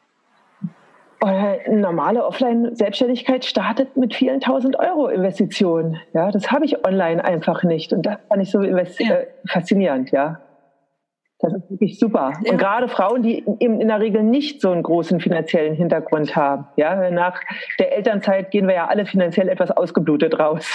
Eine normale Offline-Selbstständigkeit startet mit vielen tausend Euro Investitionen. Ja, das habe ich online einfach nicht. Und das fand ich so investi- ja. äh, faszinierend, ja. Das ist wirklich super. Ja. Und gerade Frauen, die eben in der Regel nicht so einen großen finanziellen Hintergrund haben. Ja, nach der Elternzeit gehen wir ja alle finanziell etwas ausgeblutet raus.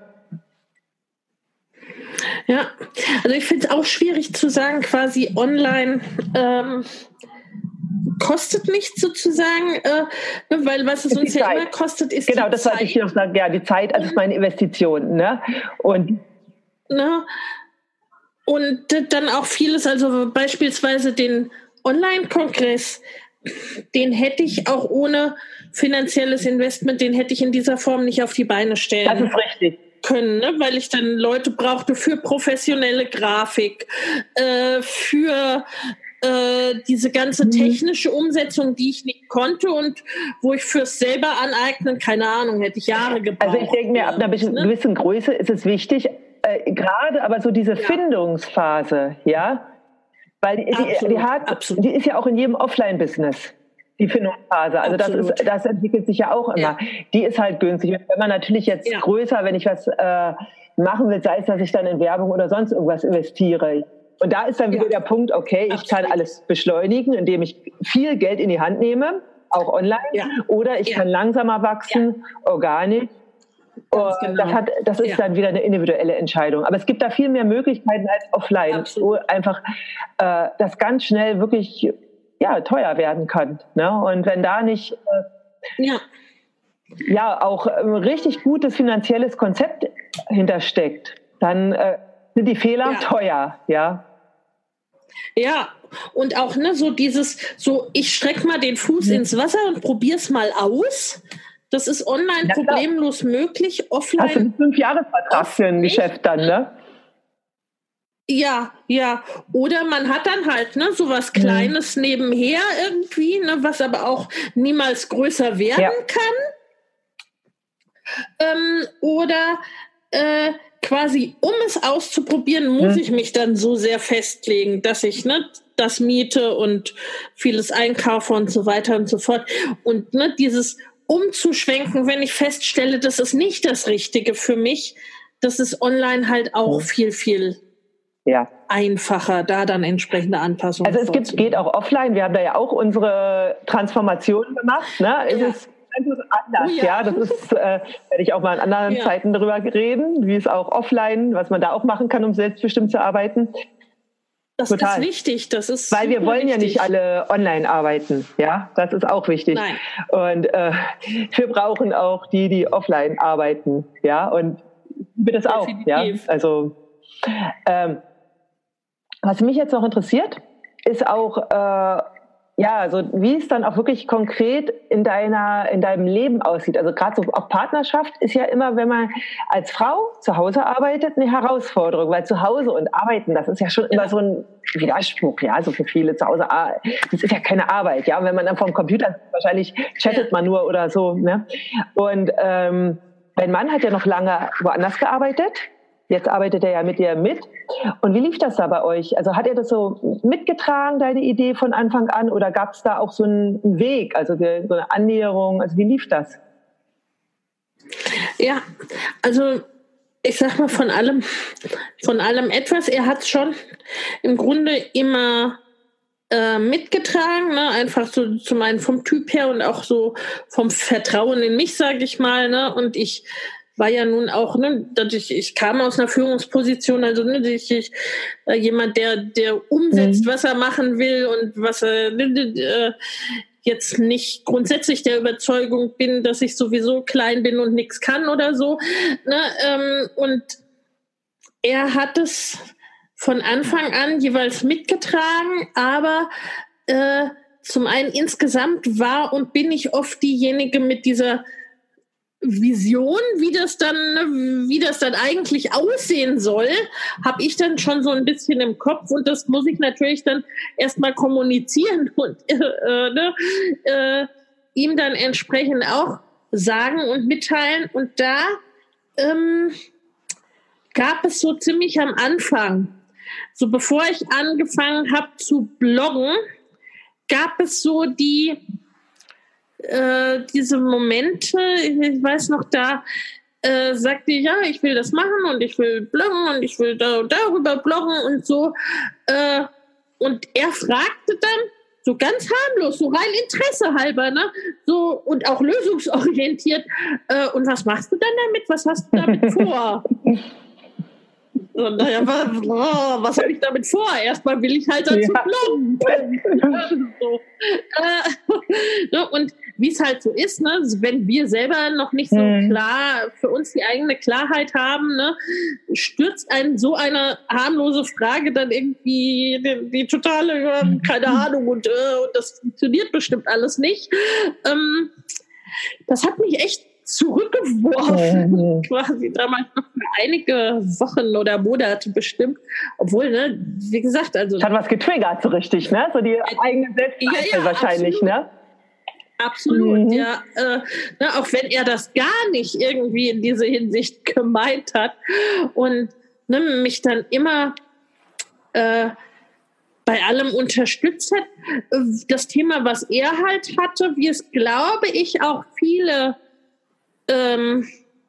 Ja, also ich finde es auch schwierig zu sagen, quasi online, ähm, kostet nichts sozusagen, äh, weil was es uns ja immer kostet, ist genau, die das Zeit. wollte ich hier noch sagen. Ja, die Zeit, also ist meine Investition, ne? Und ne? Und dann auch vieles, also beispielsweise den Online-Kongress, den hätte ich auch ohne finanzielles Investment, den hätte ich in dieser Form nicht auf die Beine stellen das ist richtig. können, ne? Weil ich dann Leute brauchte für professionelle Grafik, äh, für äh, diese ganze technische Umsetzung, die ich nicht konnte und wo ich fürs selber aneignen, keine Ahnung, hätte ich Jahre gebraucht. Also ich denke mir, ab einer gewissen, ne? gewissen Größe ist es wichtig, äh, gerade aber so diese ja. Findungsphase, ja, weil die, absolut, die, die, hat, die ist ja auch in jedem Offline-Business. Die Findungsphase, also das ist, das entwickelt sich ja auch immer. Ja. Die ist halt günstig. Wenn man natürlich jetzt ja. größer, wenn ich was äh, machen will, sei es, dass ich dann in Werbung oder sonst irgendwas investiere. Und da ist dann wieder ja. der Punkt, okay, ich Absolut. kann alles beschleunigen, indem ich viel Geld in die Hand nehme, auch online, ja. oder ich ja. kann langsamer wachsen, ja. organisch. Und genau. das, hat, das ist ja. dann wieder eine individuelle Entscheidung. Aber es gibt da viel mehr Möglichkeiten als offline, Absolut. wo einfach äh, das ganz schnell wirklich ja, teuer werden kann. Ne? Und wenn da nicht äh, ja. ja auch ein richtig gutes finanzielles Konzept hintersteckt, dann äh, sind die Fehler ja. teuer, ja. Ja, und auch ne, so dieses, so ich strecke mal den Fuß mhm. ins Wasser und probier's mal aus. Das ist online ja, problemlos möglich, offline. Hast du einen Fünf-Jahres-Vertrag für ein Geschäft dann, ne? Ja, ja. Oder man hat dann halt ne, so was Kleines mhm. nebenher irgendwie, ne, was aber auch niemals größer werden ja. kann. Ähm, oder äh, quasi, um es auszuprobieren, muss mhm. ich mich dann so sehr festlegen, dass ich ne, das miete und vieles einkaufe und so weiter und so fort. Und ne, dieses umzuschwenken, wenn ich feststelle, das ist nicht das Richtige für mich, das ist online halt auch mhm. viel, viel ja. einfacher, da dann entsprechende Anpassungen Also es gibt, geht auch offline, wir haben da ja auch unsere Transformation gemacht, ne? Es ja. ist anders, oh ja. ja, das ist, äh, werde ich auch mal in anderen ja. Zeiten darüber reden, wie es auch offline, was man da auch machen kann, um selbstbestimmt zu arbeiten. Das Total. ist wichtig. Das ist Weil wir wollen wichtig. ja nicht alle online arbeiten. Ja, das ist auch wichtig. Nein. Und äh, wir brauchen auch die, die offline arbeiten. Ja, und wir das auch. Ja, also ähm, was mich jetzt noch interessiert, ist auch äh, ja, also wie es dann auch wirklich konkret in deiner, in deinem Leben aussieht. Also gerade so auch Partnerschaft ist ja immer, wenn man als Frau zu Hause arbeitet, eine Herausforderung, weil zu Hause und arbeiten, das ist ja schon immer so ein Widerspruch, ja, so für viele zu Hause, das ist ja keine Arbeit, ja, und wenn man dann vom Computer sitzt, wahrscheinlich chattet man nur oder so, ne? Und ähm, dein Mann hat ja noch lange woanders gearbeitet. Jetzt arbeitet er ja mit dir mit. Und wie lief das da bei euch? Also hat er das so mitgetragen, deine Idee von Anfang an? Oder gab es da auch so einen Weg, also die, so eine Annäherung? Also wie lief das? Ja, also ich sag mal von allem, von allem etwas. Er hat schon im Grunde immer äh, mitgetragen, ne? Einfach so zum einen vom Typ her und auch so vom Vertrauen in mich, sage ich mal. Ne? Und ich war ja nun auch, ne, dass ich, ich kam aus einer Führungsposition, also ne, ich, ich, äh, jemand, der, der umsetzt, mhm. was er machen will und was er äh, jetzt nicht grundsätzlich der Überzeugung bin, dass ich sowieso klein bin und nichts kann oder so. Ne, ähm, und er hat es von Anfang an jeweils mitgetragen, aber äh, zum einen insgesamt war und bin ich oft diejenige mit dieser Vision, wie das dann, wie das dann eigentlich aussehen soll, habe ich dann schon so ein bisschen im Kopf und das muss ich natürlich dann erstmal kommunizieren und äh, ne, äh, ihm dann entsprechend auch sagen und mitteilen. Und da ähm, gab es so ziemlich am Anfang, so bevor ich angefangen habe zu bloggen, gab es so die Äh, diese Momente, ich weiß noch, da äh, sagte ich, ja, ich will das machen und ich will bloggen und ich will da und darüber bloggen und so. Äh, und er fragte dann, so ganz harmlos, so rein Interesse halber, ne? So, und auch lösungsorientiert, äh, und was machst du dann damit? Was hast du damit vor? Und naja, was, oh, was habe ich damit vor? Erstmal will ich halt dazu ja. bloggen. so. äh, und wie es halt so ist, ne, wenn wir selber noch nicht so mhm. klar für uns die eigene Klarheit haben, ne, stürzt einen so eine harmlose Frage dann irgendwie die, die totale, keine Ahnung, und, äh, und das funktioniert bestimmt alles nicht. Ähm, das hat mich echt zurückgeworfen, mhm. quasi damals noch für einige Wochen oder Monate bestimmt. Obwohl, ne, wie gesagt, also... Das hat was getriggert so richtig, ne? So die äh, eigene Selbstzweifel ja, ja, wahrscheinlich, absolut. ne? Absolut, mhm. ja. Äh, ne, auch wenn er das gar nicht irgendwie in diese Hinsicht gemeint hat und ne, mich dann immer äh, bei allem unterstützt hat. Das Thema, was er halt hatte, wie es, glaube ich, auch viele ähm,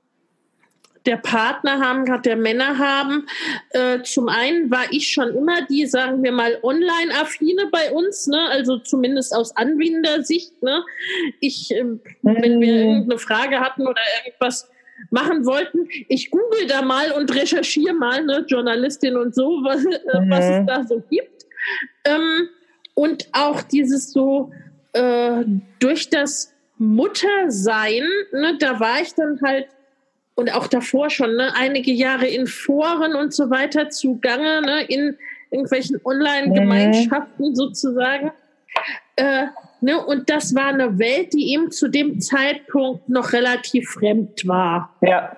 der Partner haben, gerade der Männer haben. Äh, zum einen war ich schon immer die, sagen wir mal, Online-Affine bei uns, ne? Also zumindest aus Anwendersicht. Ne? Ich, äh, wenn wir irgendeine Frage hatten oder irgendwas machen wollten, ich google da mal und recherchiere mal, ne, Journalistin und so, was, äh, was es da so gibt. Ähm, und auch dieses so äh, durch das Muttersein, ne, da war ich dann halt und auch davor schon, ne, einige Jahre in Foren und so weiter zugange, ne, in irgendwelchen Online-Gemeinschaften mhm. sozusagen. Äh, ne, und das war eine Welt, die ihm zu dem Zeitpunkt noch relativ fremd war. Ja.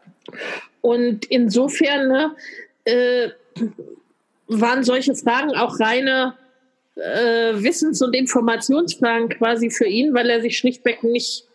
Und insofern ne, äh, waren solche Fragen auch reine äh, Wissens- und Informationsfragen quasi für ihn, weil er sich schlichtweg nicht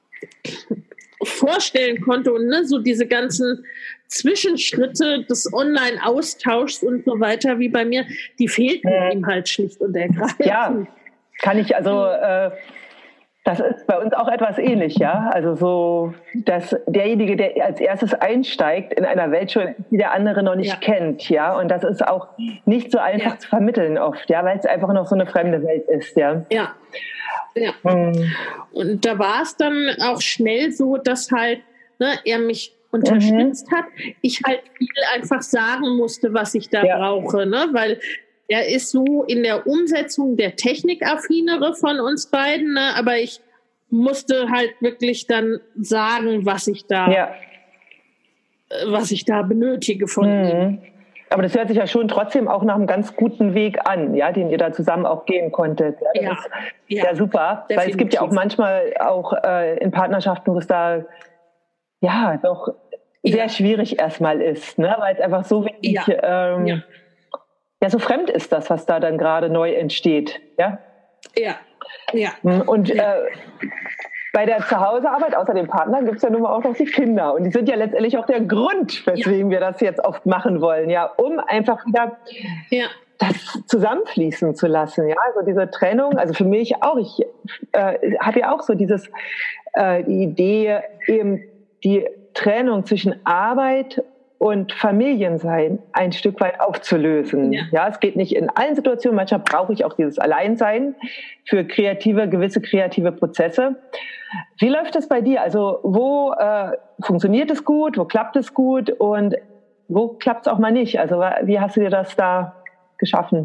vorstellen konnte und ne, so diese ganzen Zwischenschritte des Online-Austauschs und so weiter wie bei mir, die fehlten äh, ihm halt schlicht und ergreifend. Ja, kann ich also, äh, das ist bei uns auch etwas ähnlich, ja, also so, dass derjenige, der als erstes einsteigt in einer Welt schon, die der andere noch nicht ja. kennt, ja, und das ist auch nicht so einfach ja. zu vermitteln oft, ja, weil es einfach noch so eine fremde Welt ist, ja. Ja. Ja. Mhm. Und da war es dann auch schnell so, dass halt ne, er mich unterstützt mhm. hat. Ich halt viel einfach sagen musste, was ich da ja. brauche, ne? Weil er ist so in der Umsetzung der Technikaffinere von uns beiden, ne? Aber ich musste halt wirklich dann sagen, was ich da, ja. was ich da benötige von mhm. ihm. Aber das hört sich ja schon trotzdem auch nach einem ganz guten Weg an, ja, den ihr da zusammen auch gehen konntet. Ja, das ja, ist ja, ja super, definitiv. Weil es gibt ja auch manchmal auch äh, in Partnerschaften, wo es da ja doch ja. sehr schwierig erstmal ist, ne, weil es einfach so wenig, ja. Ähm, ja. ja, so fremd ist das, was da dann gerade neu entsteht, ja. Ja, ja. Und ja. Äh, bei der Zuhausearbeit, außer dem Partner, gibt es ja nun mal auch noch die Kinder. Und die sind ja letztendlich auch der Grund, weswegen ja. wir das jetzt oft machen wollen, ja, um einfach wieder ja. das zusammenfließen zu lassen. Ja, also diese Trennung, also für mich auch, ich äh, habe ja auch so dieses, äh, die Idee, eben die Trennung zwischen Arbeit und Familiensein ein Stück weit aufzulösen. Ja. ja, es geht nicht in allen Situationen. Manchmal brauche ich auch dieses Alleinsein für kreative, gewisse kreative Prozesse. Wie läuft das bei dir? Also wo äh, funktioniert es gut? Wo klappt es gut? Und wo klappt es auch mal nicht? Also wie hast du dir das da geschaffen?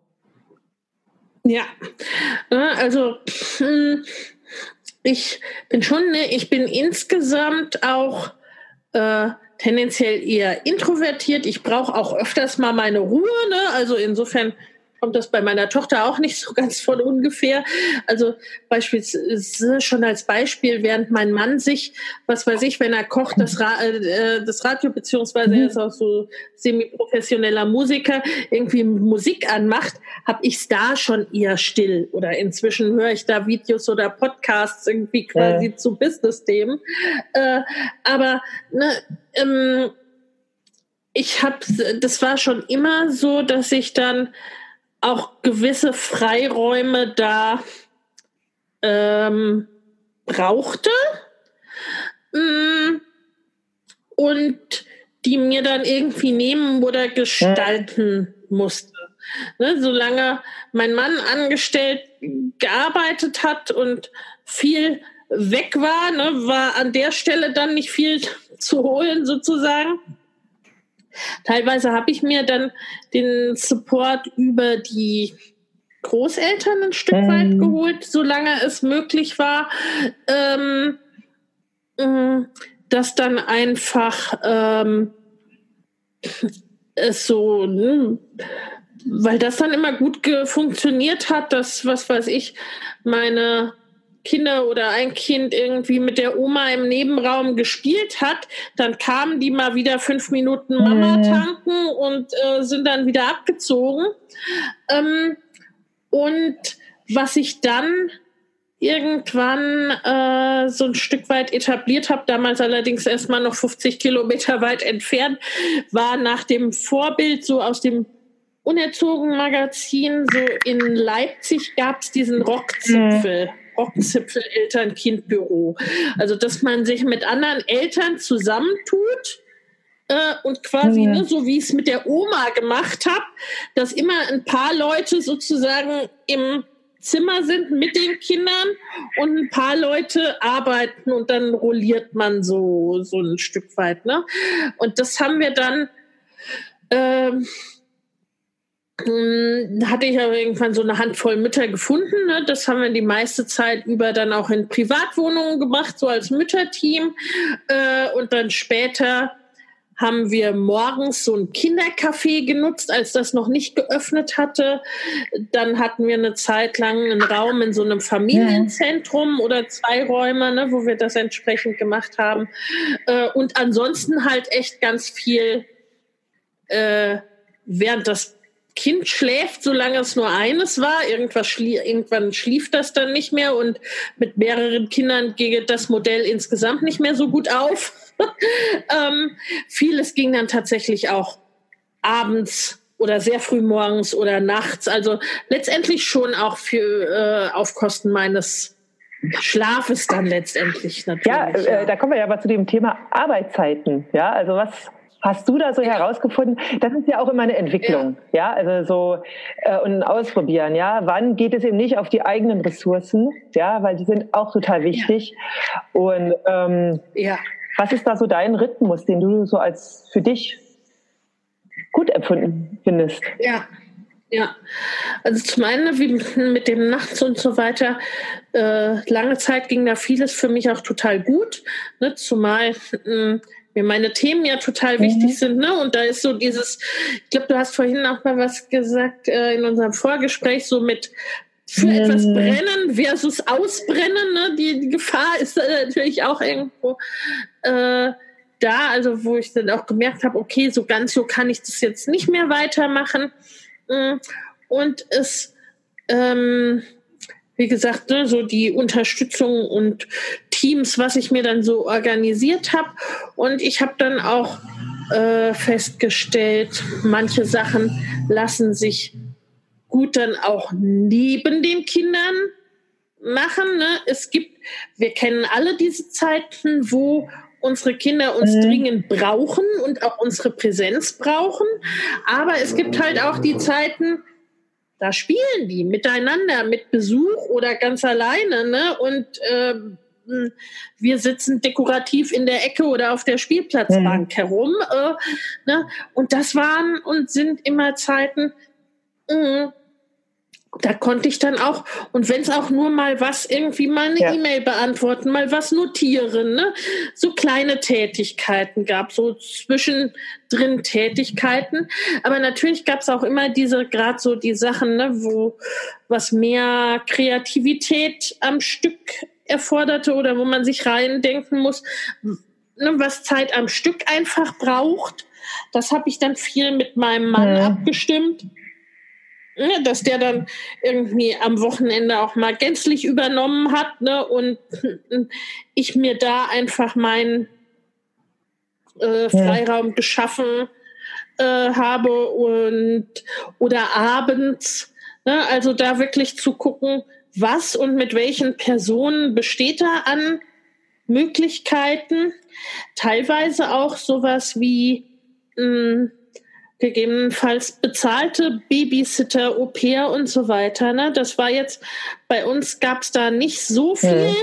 Ja, also ich bin schon, ich bin insgesamt auch äh, tendenziell eher introvertiert. Ich brauche auch öfters mal meine Ruhe, ne? Also insofern kommt das bei meiner Tochter auch nicht so ganz von ungefähr. Also beispielsweise schon als Beispiel, während mein Mann sich, was weiß ich, wenn er kocht, das, Ra- äh, das Radio, beziehungsweise er ist auch so semi-professioneller Musiker, irgendwie Musik anmacht, habe ich es da schon eher still. Oder inzwischen höre ich da Videos oder Podcasts irgendwie quasi äh. zu Business-Themen. Äh, aber ne, ähm, ich habe, das war schon immer so, dass ich dann auch gewisse Freiräume da ähm, brauchte und die mir dann irgendwie nehmen oder gestalten musste. Ne, solange mein Mann angestellt gearbeitet hat und viel weg war, ne, war an der Stelle dann nicht viel zu holen sozusagen. Teilweise habe ich mir dann den Support über die Großeltern ein Stück mhm. weit geholt, solange es möglich war, ähm, äh, dass dann einfach ähm, es so, ne, weil das dann immer gut ge- funktioniert hat, dass, was weiß ich, meine Kinder oder ein Kind irgendwie mit der Oma im Nebenraum gespielt hat, dann kamen die mal wieder fünf Minuten Mama tanken und äh, sind dann wieder abgezogen. Ähm, und was ich dann irgendwann äh, so ein Stück weit etabliert habe, damals allerdings erstmal noch fünfzig Kilometer weit entfernt, war nach dem Vorbild so aus dem Unerzogen-Magazin, so in Leipzig gab es diesen Rockzipfel. Mhm. Rockzipfel-Eltern-Kind-Büro. Also, dass man sich mit anderen Eltern zusammentut äh, und quasi, mhm. ne, so wie ich es mit der Oma gemacht habe, dass immer ein paar Leute sozusagen im Zimmer sind mit den Kindern und ein paar Leute arbeiten und dann rolliert man so, so ein Stück weit. Ne? Und das haben wir dann ähm, Da hatte ich ja irgendwann so eine Handvoll Mütter gefunden. Ne? Das haben wir die meiste Zeit über dann auch in Privatwohnungen gemacht, so als Mütterteam. Äh, und dann später haben wir morgens so ein Kindercafé genutzt, als das noch nicht geöffnet hatte. Dann hatten wir eine Zeit lang einen Raum in so einem Familienzentrum oder zwei Räume, ne, wo wir das entsprechend gemacht haben. Äh, und ansonsten halt echt ganz viel, äh, während das Kind schläft, solange es nur eines war. Irgendwas schlie- irgendwann schlief das dann nicht mehr und mit mehreren Kindern ging das Modell insgesamt nicht mehr so gut auf. ähm, vieles ging dann tatsächlich auch abends oder sehr früh morgens oder nachts. Also letztendlich schon auch für äh, auf Kosten meines Schlafes dann letztendlich natürlich. Ja, äh, da kommen wir ja aber zu dem Thema Arbeitszeiten. Ja, also was hast du da so ja. herausgefunden? Das ist ja auch immer eine Entwicklung, ja, ja? Also so äh, und ein Ausprobieren, ja. Wann geht es eben nicht auf die eigenen Ressourcen, ja, weil die sind auch total wichtig. Ja. Und ähm, ja. was ist da so dein Rhythmus, den du so als für dich gut empfunden findest? Ja. Ja, also zum einen wie mit dem Nachts und so weiter, äh, lange Zeit ging da vieles für mich auch total gut, ne? Zumal mh, mir meine Themen ja total mhm. wichtig sind, ne? Und da ist so dieses, ich glaube, du hast vorhin auch mal was gesagt äh, in unserem Vorgespräch, so mit für mhm. etwas brennen versus ausbrennen, ne? Die, die Gefahr ist äh, natürlich auch irgendwo äh, da, also wo ich dann auch gemerkt habe, okay, so ganz so kann ich das jetzt nicht mehr weitermachen. Und es, ähm, wie gesagt, ne, so die Unterstützung und Teams, was ich mir dann so organisiert habe. Und ich habe dann auch äh, festgestellt, manche Sachen lassen sich gut dann auch neben den Kindern machen. Ne? Es gibt, wir kennen alle diese Zeiten, wo unsere Kinder uns mhm. dringend brauchen und auch unsere Präsenz brauchen. Aber es gibt halt auch die Zeiten, da spielen die miteinander, mit Besuch oder ganz alleine. Ne? Und äh, wir sitzen dekorativ in der Ecke oder auf der Spielplatzbank mhm. herum. Äh, ne? Und das waren und sind immer Zeiten, mh, da konnte ich dann auch, und wenn es auch nur mal was, irgendwie mal eine ja. E-Mail beantworten, mal was notieren, ne? So kleine Tätigkeiten gab, so zwischendrin Tätigkeiten. Aber natürlich gab es auch immer diese, gerade so die Sachen, ne, wo was mehr Kreativität am Stück erforderte oder wo man sich reindenken muss, ne, was Zeit am Stück einfach braucht. Das habe ich dann viel mit meinem Mann ja. abgestimmt. Ja, dass der dann irgendwie am Wochenende auch mal gänzlich übernommen hat, ne, und ich mir da einfach meinen äh, Freiraum ja. geschaffen äh, habe und oder abends, ne, also da wirklich zu gucken, was und mit welchen Personen besteht da an Möglichkeiten, teilweise auch sowas wie mh, gegebenenfalls bezahlte Babysitter, Au-pair und so weiter. Ne? Das war jetzt, bei uns gab es da nicht so viel ja.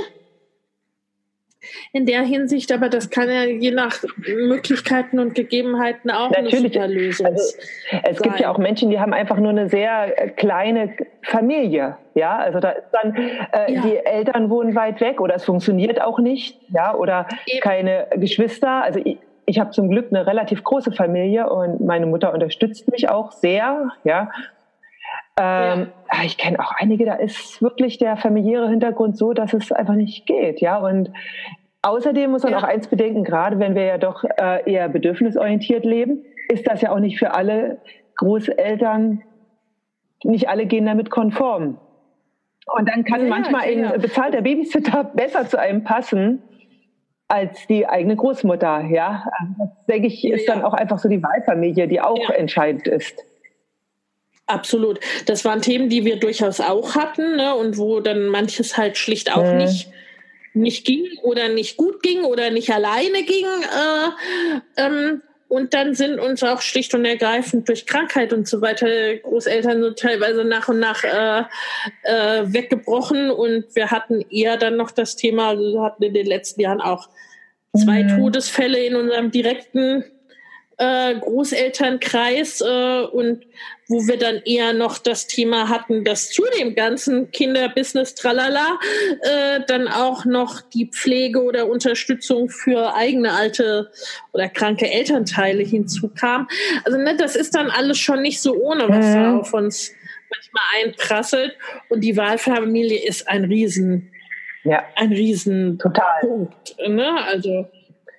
in der Hinsicht, aber das kann ja je nach Möglichkeiten und Gegebenheiten auch Natürlich. eine super Lösung also, es sein. Gibt ja auch Menschen, die haben einfach nur eine sehr kleine Familie. Ja, also da ist dann, äh, ja. die Eltern wohnen weit weg oder es funktioniert auch nicht. Ja, oder Eben. keine Geschwister. Also ich, Ich habe zum Glück eine relativ große Familie und meine Mutter unterstützt mich auch sehr. Ja, ähm, ja. ich kenne auch einige, da ist wirklich der familiäre Hintergrund so, dass es einfach nicht geht. Ja, und außerdem muss man ja. auch eins bedenken, gerade wenn wir ja doch äh, eher bedürfnisorientiert leben, ist das ja auch nicht für alle Großeltern, nicht alle gehen damit konform. Und dann kann ja, manchmal ein bezahlter Babysitter besser zu einem passen als die eigene Großmutter, ja. Das, denke ich, ist ja, ja. dann auch einfach so die Wahlfamilie, die auch ja. entscheidend ist. Absolut. Das waren Themen, die wir durchaus auch hatten, ne, und wo dann manches halt schlicht auch mhm. nicht, nicht ging oder nicht gut ging oder nicht alleine ging. Äh, ähm, und dann sind uns auch schlicht und ergreifend durch Krankheit und so weiter Großeltern so teilweise nach und nach äh, äh, weggebrochen. Und wir hatten eher dann noch das Thema, also wir hatten in den letzten Jahren auch zwei mhm. Todesfälle in unserem direkten äh, Großelternkreis äh, und wo wir dann eher noch das Thema hatten, dass zu dem ganzen Kinderbusiness tralala äh, dann auch noch die Pflege oder Unterstützung für eigene alte oder kranke Elternteile hinzukam. Also ne, das ist dann alles schon nicht so ohne, was mhm. da auf uns manchmal einprasselt. Und die Wahlfamilie ist ein Riesen, ja. ein Riesen Total. Punkt. Ne? Also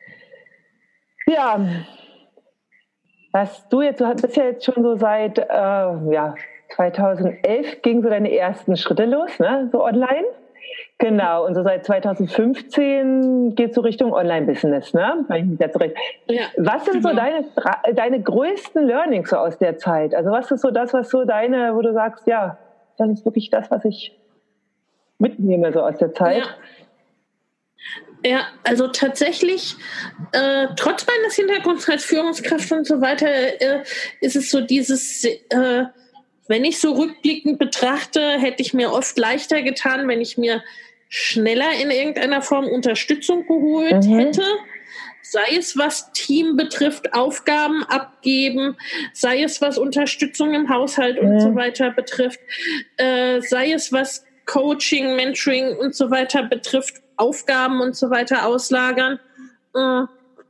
ja. Was du jetzt, du bist ja jetzt schon so seit äh, ja, zweitausendelf ging so deine ersten Schritte los, ne, so online. Genau, und so seit zweitausendfünfzehn geht so Richtung Online-Business, ne? Wenn ich mich jetzt recht. Ja, was sind genau. so deine, deine größten Learnings so aus der Zeit? Also was ist so das, was so deine, wo du sagst, ja, das ist wirklich das, was ich mitnehme so aus der Zeit? Ja. Ja, also tatsächlich, äh, trotz meines Hintergrunds als Führungskraft und so weiter, äh, ist es so dieses, äh, wenn ich so rückblickend betrachte, hätte ich mir oft leichter getan, wenn ich mir schneller in irgendeiner Form Unterstützung geholt mhm. hätte. sei es was Team betrifft, Aufgaben abgeben, sei es was Unterstützung im Haushalt und mhm. so weiter betrifft, äh, sei es was Coaching, Mentoring und so weiter betrifft, Aufgaben und so weiter auslagern. Äh,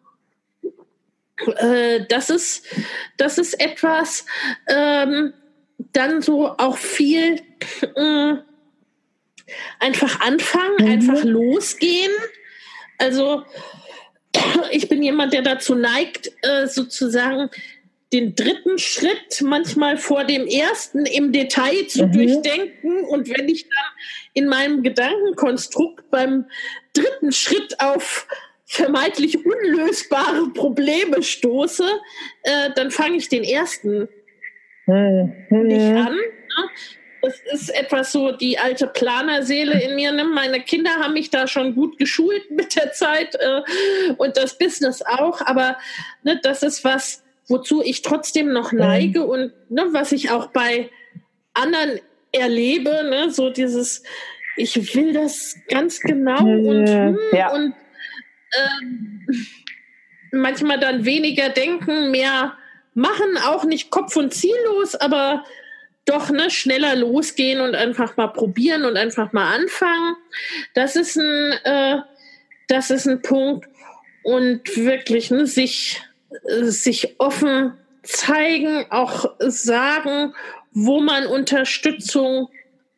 äh, das ist, das ist etwas, ähm, dann so auch viel äh, einfach anfangen, mhm. einfach losgehen. Also ich bin jemand, der dazu neigt, äh, sozusagen den dritten Schritt manchmal vor dem ersten im Detail zu mhm. durchdenken. Und wenn ich dann in meinem Gedankenkonstrukt beim dritten Schritt auf vermeintlich unlösbare Probleme stoße, äh, dann fange ich den ersten mhm. nicht an. Ne? Das ist etwas so die alte Planerseele in mir. Ne? Meine Kinder haben mich da schon gut geschult mit der Zeit äh, und das Business auch. Aber ne, das ist was, wozu ich trotzdem noch neige mhm. und ne, was ich auch bei anderen erlebe. Ne? So dieses, ich will das ganz genau mhm. und, hm, ja. und äh, manchmal dann weniger denken, mehr machen, auch nicht kopf- und ziellos, aber doch ne, schneller losgehen und einfach mal probieren und einfach mal anfangen. Das ist ein, äh, das ist ein Punkt. Und wirklich ne, sich, äh, sich offen zeigen, auch sagen, wo man Unterstützung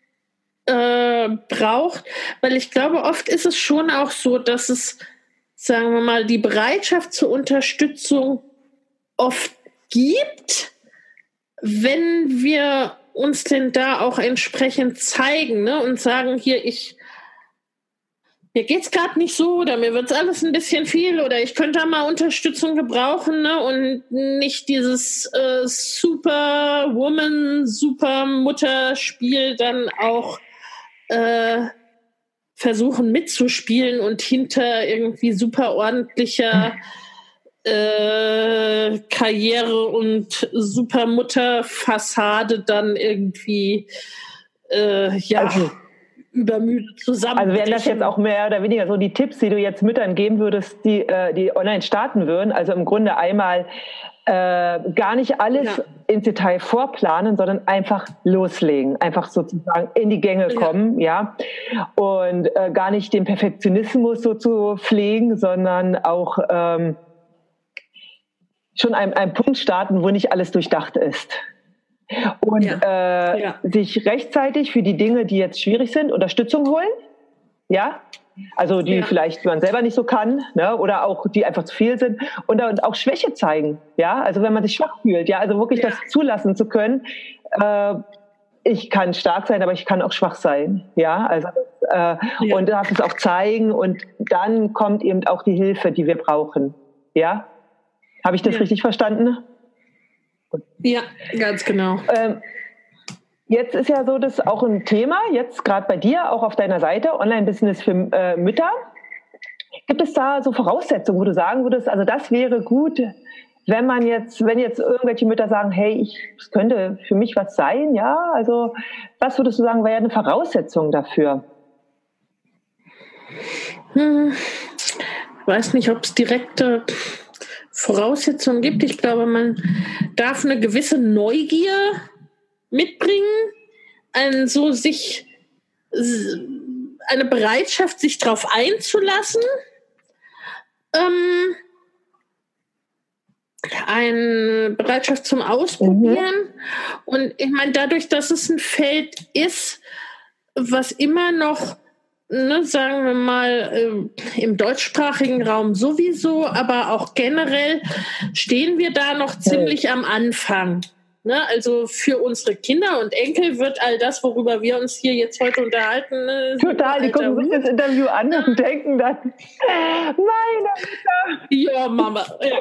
äh, braucht. Weil ich glaube, oft ist es schon auch so, dass es, sagen wir mal, die Bereitschaft zur Unterstützung oft gibt, wenn wir uns denn da auch entsprechend zeigen, ne, und sagen, hier, ich, mir geht's gerade nicht so oder mir wird's alles ein bisschen viel oder ich könnte da mal Unterstützung gebrauchen, ne, und nicht dieses äh, Superwoman, Supermutter-Spiel dann auch äh, versuchen mitzuspielen und hinter irgendwie super ordentlicher Äh, Karriere und Supermutter-Fassade dann irgendwie äh, ja also, übermüdet zusammen. Also wären das jetzt auch mehr oder weniger so die Tipps, die du jetzt Müttern geben würdest, die, äh, die online starten würden? Also im Grunde einmal äh, gar nicht alles ja. ins Detail vorplanen, sondern einfach loslegen, einfach sozusagen in die Gänge kommen, ja, ja? Und äh, gar nicht den Perfektionismus so zu pflegen, sondern auch ähm, schon einen, einen Punkt starten, wo nicht alles durchdacht ist. Und ja. Äh, ja. sich rechtzeitig für die Dinge, die jetzt schwierig sind, Unterstützung holen. Ja, also die ja. vielleicht man selber nicht so kann, ne? Oder auch die einfach zu viel sind. Und, und auch Schwäche zeigen. Ja, also wenn man sich schwach fühlt, ja, also wirklich ja. das zulassen zu können. Äh, ich kann stark sein, aber ich kann auch schwach sein. Ja, also äh, ja. und darf es auch zeigen. Und dann kommt eben auch die Hilfe, die wir brauchen. Ja. Habe ich das ja. richtig verstanden? Ja, ganz genau. Ähm, jetzt ist ja so, das auch ein Thema, jetzt gerade bei dir, auch auf deiner Seite, Online-Business für äh, Mütter. Gibt es da so Voraussetzungen, wo du sagen würdest, also das wäre gut, wenn man jetzt, wenn jetzt irgendwelche Mütter sagen, hey, ich, das könnte für mich was sein, ja, also was würdest du sagen, wäre eine Voraussetzung dafür? Hm, ich weiß nicht, ob es direkte Voraussetzungen gibt. Ich glaube, man darf eine gewisse Neugier mitbringen, ein, so sich, eine Bereitschaft, sich darauf einzulassen, ähm, eine Bereitschaft zum Ausprobieren. Mhm. Und ich meine, dadurch, dass es ein Feld ist, was immer noch, ne, sagen wir mal, äh, im deutschsprachigen Raum sowieso, aber auch generell stehen wir da noch ziemlich am Anfang. Ne? Also für unsere Kinder und Enkel wird all das, worüber wir uns hier jetzt heute unterhalten, ne, total, die gucken sich das Interview an und denken dann, meine Mutter. Ja, Mama. Ja.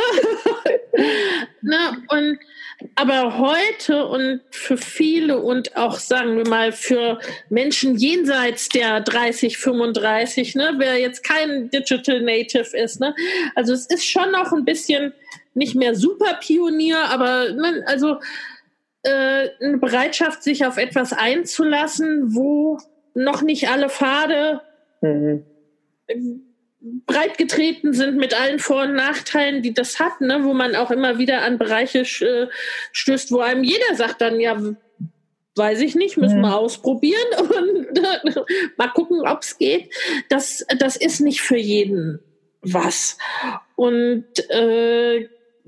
Ne? Und aber heute und für viele und auch, sagen wir mal, für Menschen jenseits der dreißig, fünfunddreißig, ne, wer jetzt kein Digital Native ist, ne, also es ist schon noch ein bisschen nicht mehr super Pionier, aber ne, also äh, eine Bereitschaft, sich auf etwas einzulassen, wo noch nicht alle Pfade mhm. breit getreten sind mit allen Vor- und Nachteilen, die das hat, ne? Wo man auch immer wieder an Bereiche äh, stößt, wo einem jeder sagt dann, ja, weiß ich nicht, müssen wir ausprobieren und äh, mal gucken, ob es geht. Das, das ist nicht für jeden was. Und äh,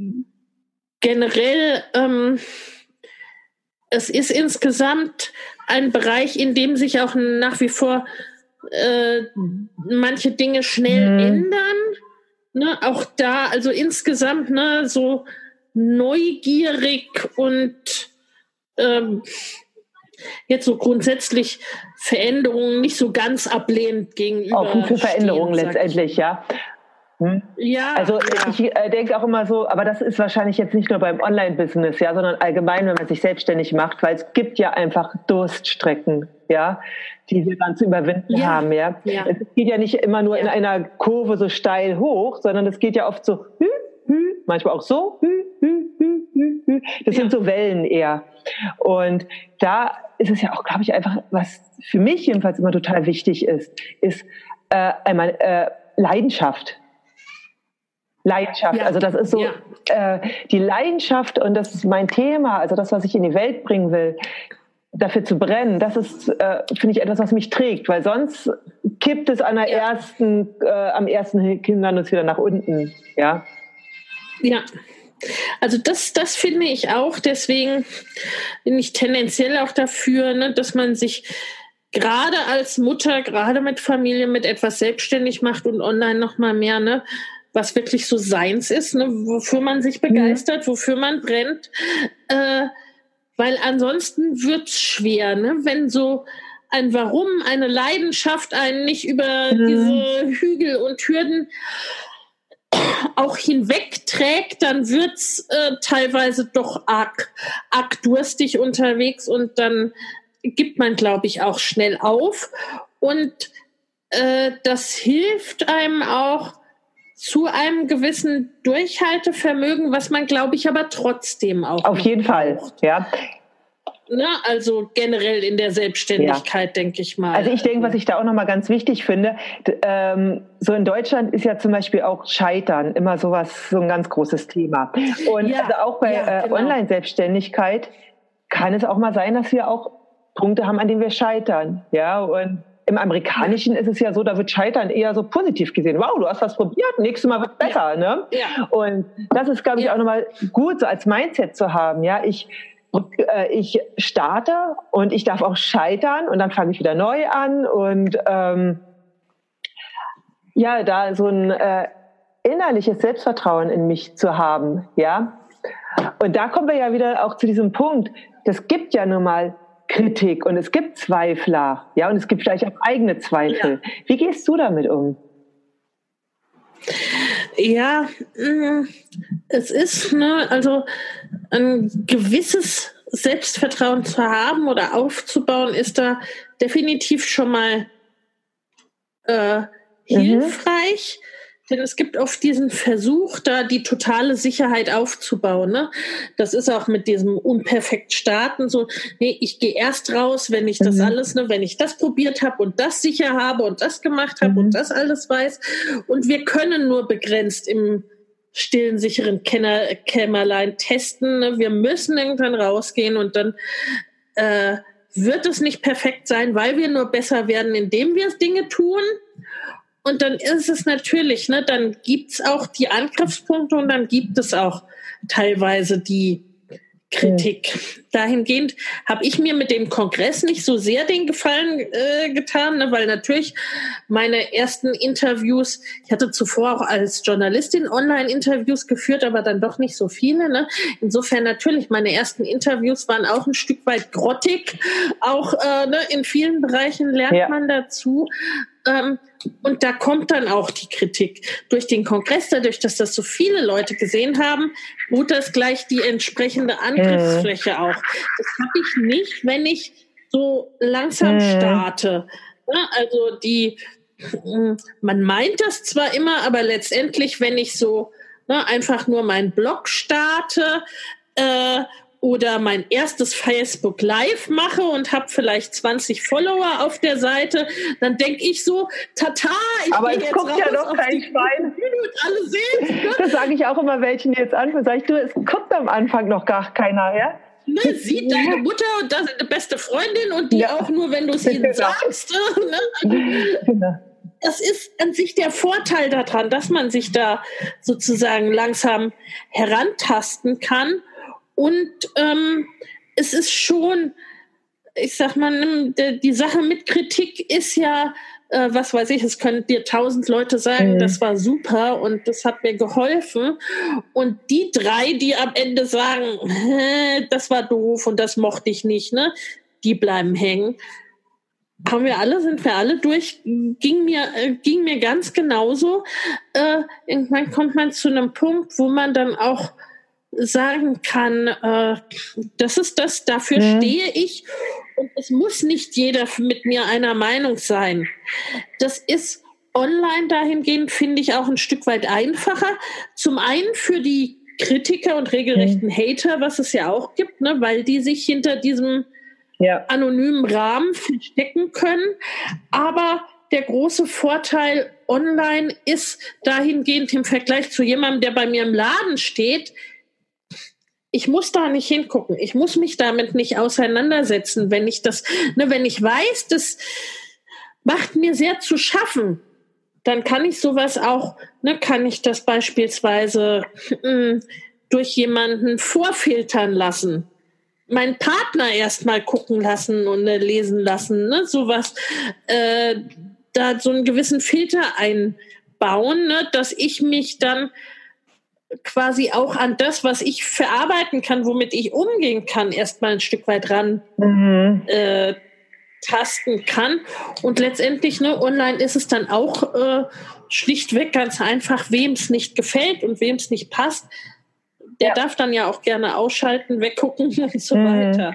generell, ähm, es ist insgesamt ein Bereich, in dem sich auch nach wie vor äh, manche Dinge schnell mhm. ändern. Ne? Auch da, also insgesamt, ne, so neugierig und ähm, jetzt so grundsätzlich Veränderungen nicht so ganz ablehnend gegenüber. Offen für Veränderungen letztendlich, ja. Hm? Ja. Also ja. ich äh, denke auch immer so, aber das ist wahrscheinlich jetzt nicht nur beim Online-Business, ja, sondern allgemein, wenn man sich selbstständig macht, weil es gibt ja einfach Durststrecken, ja, die wir dann zu überwinden ja. haben, ja. ja. Es geht ja nicht immer nur ja. in einer Kurve so steil hoch, sondern es geht ja oft so hü, hü, manchmal auch so hü, hü, hü, hü, hü. Das ja. sind so Wellen eher. Und da ist es ja auch, glaube ich, einfach, was für mich jedenfalls immer total wichtig ist, ist äh, einmal äh, Leidenschaft. Leidenschaft, ja. also das ist so ja. äh, die Leidenschaft und das ist mein Thema, also das, was ich in die Welt bringen will, dafür zu brennen, das ist, äh, finde ich, etwas, was mich trägt, weil sonst kippt es an der ja. ersten, äh, am ersten Hindernis wieder nach unten, ja. Ja, also das, das finde ich auch, deswegen bin ich tendenziell auch dafür, ne, dass man sich gerade als Mutter, gerade mit Familie, mit etwas selbstständig macht und online noch mal mehr, ne, was wirklich so seins ist, ne, wofür man sich begeistert, wofür man brennt, äh, weil ansonsten wird's schwer, ne, wenn so ein Warum, eine Leidenschaft einen nicht über mhm. diese Hügel und Hürden auch hinwegträgt, dann wird's äh, teilweise doch arg, arg durstig unterwegs und dann gibt man, glaube ich, auch schnell auf und äh, das hilft einem auch zu einem gewissen Durchhaltevermögen, was man, glaube ich, aber trotzdem auch auf jeden Fall, ja. Ne? Also generell in der Selbstständigkeit, ja. denke ich mal. Also ich denke, was ich da auch nochmal ganz wichtig finde, d- ähm, so in Deutschland ist ja zum Beispiel auch Scheitern immer sowas, so ein ganz großes Thema. Und ja, also auch bei ja, genau. äh, Online-Selbstständigkeit kann es auch mal sein, dass wir auch Punkte haben, an denen wir scheitern, ja, und im Amerikanischen ist es ja so, da wird Scheitern eher so positiv gesehen. Wow, du hast was probiert, nächstes Mal wird besser, ja. ne? Ja. Und das ist, glaube ich, ja. auch nochmal gut, so als Mindset zu haben, ja. Ich, äh, ich starte und ich darf auch scheitern und dann fange ich wieder neu an und ähm, ja, da so ein äh, innerliches Selbstvertrauen in mich zu haben, ja. Und da kommen wir ja wieder auch zu diesem Punkt. Das gibt ja nun mal Kritik und es gibt Zweifler, ja, und es gibt vielleicht auch eigene Zweifel. Ja. Wie gehst du damit um? Ja, es ist, ne, also ein gewisses Selbstvertrauen zu haben oder aufzubauen, ist da definitiv schon mal äh, hilfreich. Mhm. Denn es gibt oft diesen Versuch, da die totale Sicherheit aufzubauen. Ne? Das ist auch mit diesem unperfekt Starten so, nee, ich gehe erst raus, wenn ich das mhm. alles, ne, wenn ich das probiert habe und das sicher habe und das gemacht habe mhm. und das alles weiß. Und wir können nur begrenzt im stillen, sicheren Kenner, Kämmerlein testen. Ne? Wir müssen irgendwann rausgehen und dann äh, wird es nicht perfekt sein, weil wir nur besser werden, indem wir Dinge tun. Und dann ist es natürlich, ne, dann gibt's auch die Angriffspunkte und dann gibt es auch teilweise die Kritik. Mhm. Dahingehend habe ich mir mit dem Kongress nicht so sehr den Gefallen äh, getan, ne, weil natürlich meine ersten Interviews, ich hatte zuvor auch als Journalistin Online-Interviews geführt, aber dann doch nicht so viele. Ne. Insofern natürlich, meine ersten Interviews waren auch ein Stück weit grottig. Auch äh, ne, in vielen Bereichen lernt ja. man dazu. Ähm, und da kommt dann auch die Kritik. Durch den Kongress, dadurch, dass das so viele Leute gesehen haben, bot das gleich die entsprechende Angriffsfläche äh. auch. Das habe ich nicht, wenn ich so langsam äh. starte. Ja, also die, man meint das zwar immer, aber letztendlich, wenn ich so ne, einfach nur meinen Blog starte äh, oder mein erstes Facebook Live mache und habe vielleicht zwanzig Follower auf der Seite, dann denke ich so, tata, ich aber gehe es jetzt guckt raus ja doch auf kein die Schwein. Bühne und alle sehen es. Das sage ich auch immer welchen jetzt an. Sag ich, du, es guckt am Anfang noch gar keiner, ja? Ne, sieht deine Mutter und das ist eine beste Freundin und die ja. auch nur, wenn du es ihnen genau. sagst. Ne? Genau. Das ist an sich der Vorteil daran, dass man sich da sozusagen langsam herantasten kann. Und ähm, es ist schon, ich sag mal, die Sache mit Kritik ist ja, äh, was weiß ich, es können dir tausend Leute sagen, mhm. das war super und das hat mir geholfen. Und die drei, die am Ende sagen, das war doof und das mochte ich nicht, ne, die bleiben hängen. Haben wir alle, sind wir alle durch, ging mir, äh, ging mir ganz genauso. Äh, irgendwann kommt man zu einem Punkt, wo man dann auch sagen kann, äh, das ist das, dafür mhm. stehe ich und es muss nicht jeder mit mir einer Meinung sein. Das ist online dahingehend, finde ich, auch ein Stück weit einfacher. Zum einen für die Kritiker und regelrechten mhm. Hater, was es ja auch gibt, ne, weil die sich hinter diesem ja. anonymen Rahmen verstecken können. Aber der große Vorteil online ist dahingehend im Vergleich zu jemandem, der bei mir im Laden steht, ich muss da nicht hingucken. Ich muss mich damit nicht auseinandersetzen. Wenn ich das, ne, wenn ich weiß, das macht mir sehr zu schaffen, dann kann ich sowas auch, ne, kann ich das beispielsweise mh, durch jemanden vorfiltern lassen. Meinen Partner erst mal gucken lassen und äh, lesen lassen, ne, sowas, äh, da so einen gewissen Filter einbauen, ne, dass ich mich dann quasi auch an das, was ich verarbeiten kann, womit ich umgehen kann, erstmal ein Stück weit ran mhm. äh, tasten kann. Und letztendlich, ne, online ist es dann auch äh, schlichtweg ganz einfach, wem es nicht gefällt und wem es nicht passt, der ja. darf dann ja auch gerne ausschalten, weggucken und so mhm. weiter.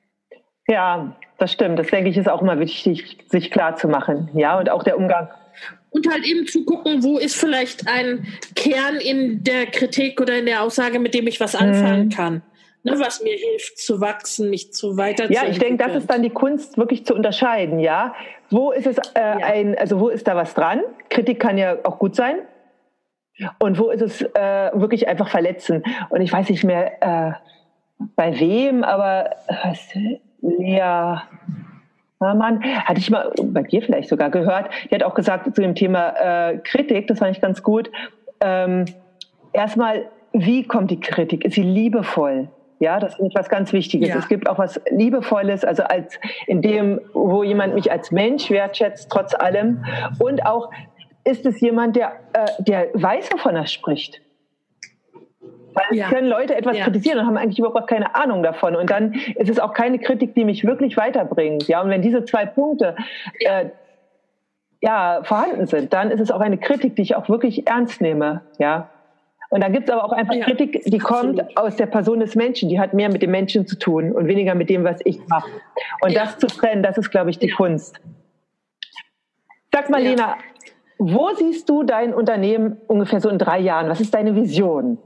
Ja, das stimmt. Das, denke ich, ist auch immer wichtig, sich klar zu machen. Ja, und auch der Umgang. Und halt eben zu gucken, wo ist vielleicht ein Kern in der Kritik oder in der Aussage, mit dem ich was anfangen kann. Ne, was mir hilft zu wachsen, mich zu weiterzuentwickeln. Ja, ich denke, das ist dann die Kunst, wirklich zu unterscheiden. Ja, wo ist es äh, ja. ein, also wo ist da was dran? Kritik kann ja auch gut sein. Und wo ist es äh, wirklich einfach verletzen? Und ich weiß nicht mehr äh, bei wem, aber was, Lea Mann, hatte ich mal bei dir vielleicht sogar gehört, die hat auch gesagt zu dem Thema äh, Kritik, das fand ich ganz gut, ähm, erstmal, wie kommt die Kritik? Ist sie liebevoll? Ja, das ist was ganz Wichtiges. Ja. Es gibt auch was Liebevolles, also als in dem, wo jemand mich als Mensch wertschätzt, trotz allem. Und auch, ist es jemand, der, äh, der weiß, wovon er spricht? Weil ja. können Leute etwas ja. kritisieren und haben eigentlich überhaupt keine Ahnung davon. Und dann ist es auch keine Kritik, die mich wirklich weiterbringt. Ja, und wenn diese zwei Punkte äh, ja, vorhanden sind, dann ist es auch eine Kritik, die ich auch wirklich ernst nehme. Ja. Und dann gibt es aber auch einfach ja, Kritik, die absolut. kommt aus der Person des Menschen. Die hat mehr mit dem Menschen zu tun und weniger mit dem, was ich mache. Und ja. das zu trennen, das ist, glaube ich, die ja. Kunst. Sag mal, ja. Lena, wo siehst du dein Unternehmen ungefähr so in drei Jahren? Was ist deine Vision?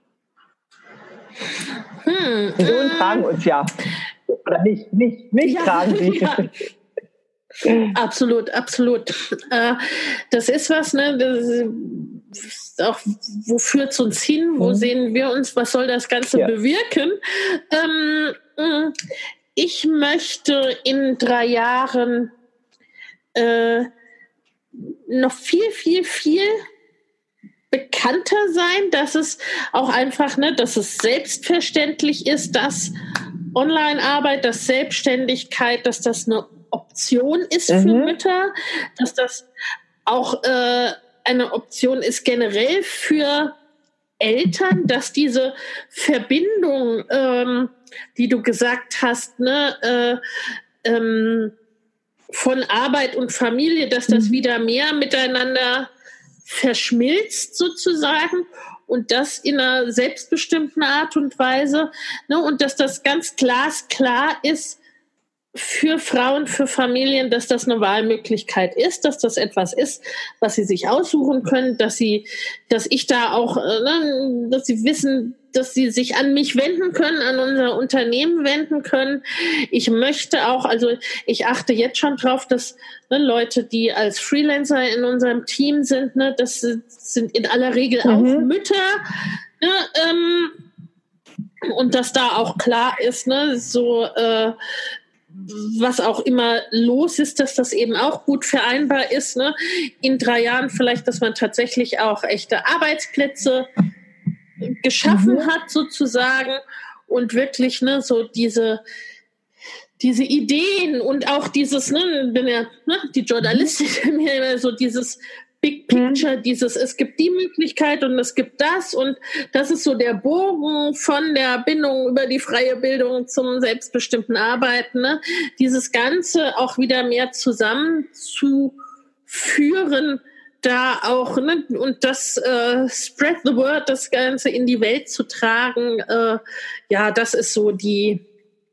Hm, Visionen äh, tragen uns ja. Oder nicht, nicht, nicht ja, tragen sie. Ja. Absolut, absolut. Äh, das ist was, ne? Das ist auch, wo führt es uns hin? Wo mhm. sehen wir uns? Was soll das Ganze ja. bewirken? Ähm, ich möchte in drei Jahren äh, noch viel, viel, viel bekannter sein, dass es auch einfach, ne, dass es selbstverständlich ist, dass Online-Arbeit, dass Selbstständigkeit, dass das eine Option ist mhm. für Mütter, dass das auch äh, eine Option ist generell für Eltern, dass diese Verbindung, ähm, die du gesagt hast, ne, äh, ähm, von Arbeit und Familie, dass das mhm. wieder mehr miteinander verschmilzt sozusagen und das in einer selbstbestimmten Art und Weise, ne, und dass das ganz glasklar ist, für Frauen, für Familien, dass das eine Wahlmöglichkeit ist, dass das etwas ist, was sie sich aussuchen können, dass sie, dass ich da auch, äh, dass sie wissen, dass sie sich an mich wenden können, an unser Unternehmen wenden können. Ich möchte auch, also ich achte jetzt schon drauf, dass ne, Leute, die als Freelancer in unserem Team sind, ne, das sind in aller Regel mhm. auch Mütter, ne, ähm, und dass da auch klar ist, ne, so äh, was auch immer los ist, dass das eben auch gut vereinbar ist. Ne? In drei Jahren vielleicht, dass man tatsächlich auch echte Arbeitsplätze geschaffen mhm. hat sozusagen und wirklich ne, so diese, diese Ideen und auch dieses, ne, bin ja ne, die Journalistin, mhm. mir so dieses Big Picture, dieses, es gibt die Möglichkeit und es gibt das und das ist so der Bogen von der Bindung über die freie Bildung zum selbstbestimmten Arbeiten, ne? Dieses Ganze auch wieder mehr zusammenzuführen, da auch, ne? Und das äh, Spread the Word, das Ganze in die Welt zu tragen, äh, ja, das ist so die,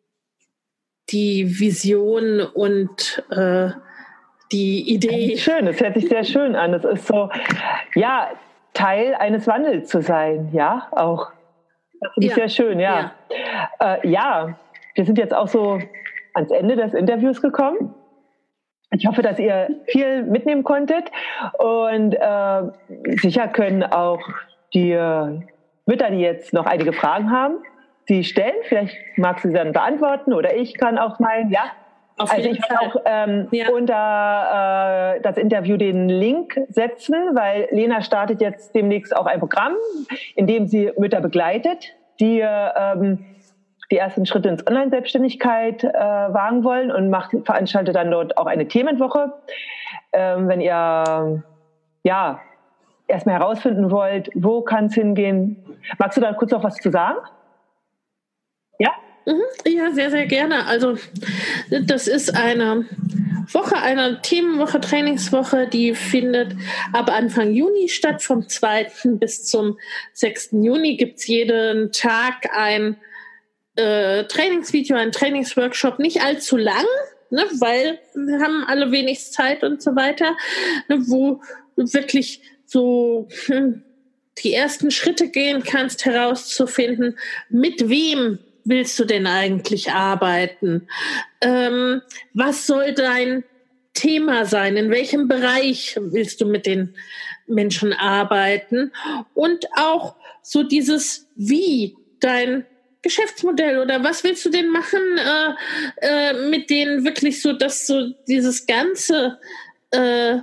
die Vision und äh, die Idee. Schön, das hört sich sehr schön an. Das ist so, ja, Teil eines Wandels zu sein, ja, auch. Das ist ja. sehr schön, ja. Ja. Äh, ja, wir sind jetzt auch so ans Ende des Interviews gekommen. Ich hoffe, dass ihr viel mitnehmen konntet und äh, sicher können auch die Mütter, die jetzt noch einige Fragen haben, sie stellen. Vielleicht magst du sie dann beantworten oder ich kann auch meinen, ja. Auf also ich werde auch ähm, ja. unter äh, das Interview den Link setzen, weil Lena startet jetzt demnächst auch ein Programm, in dem sie Mütter begleitet, die ähm, die ersten Schritte ins Online-Selbstständigkeit äh, wagen wollen und macht, veranstaltet dann dort auch eine Themenwoche. Ähm, wenn ihr ja erstmal herausfinden wollt, wo kann es hingehen. Magst du da kurz noch was zu sagen? Ja? Ja, sehr, sehr gerne. Also das ist eine Woche, eine Themenwoche, Trainingswoche, die findet ab Anfang Juni statt. Vom zweiten bis zum sechsten Juni gibt es jeden Tag ein äh, Trainingsvideo, ein Trainingsworkshop, nicht allzu lang, ne, weil wir haben alle wenig Zeit und so weiter, ne, wo du wirklich so hm, die ersten Schritte gehen kannst, herauszufinden, mit wem willst du denn eigentlich arbeiten? Ähm, was soll dein Thema sein? In welchem Bereich willst du mit den Menschen arbeiten? Und auch so dieses Wie, dein Geschäftsmodell oder was willst du denn machen, äh, äh, mit denen wirklich so, dass so dieses ganze äh,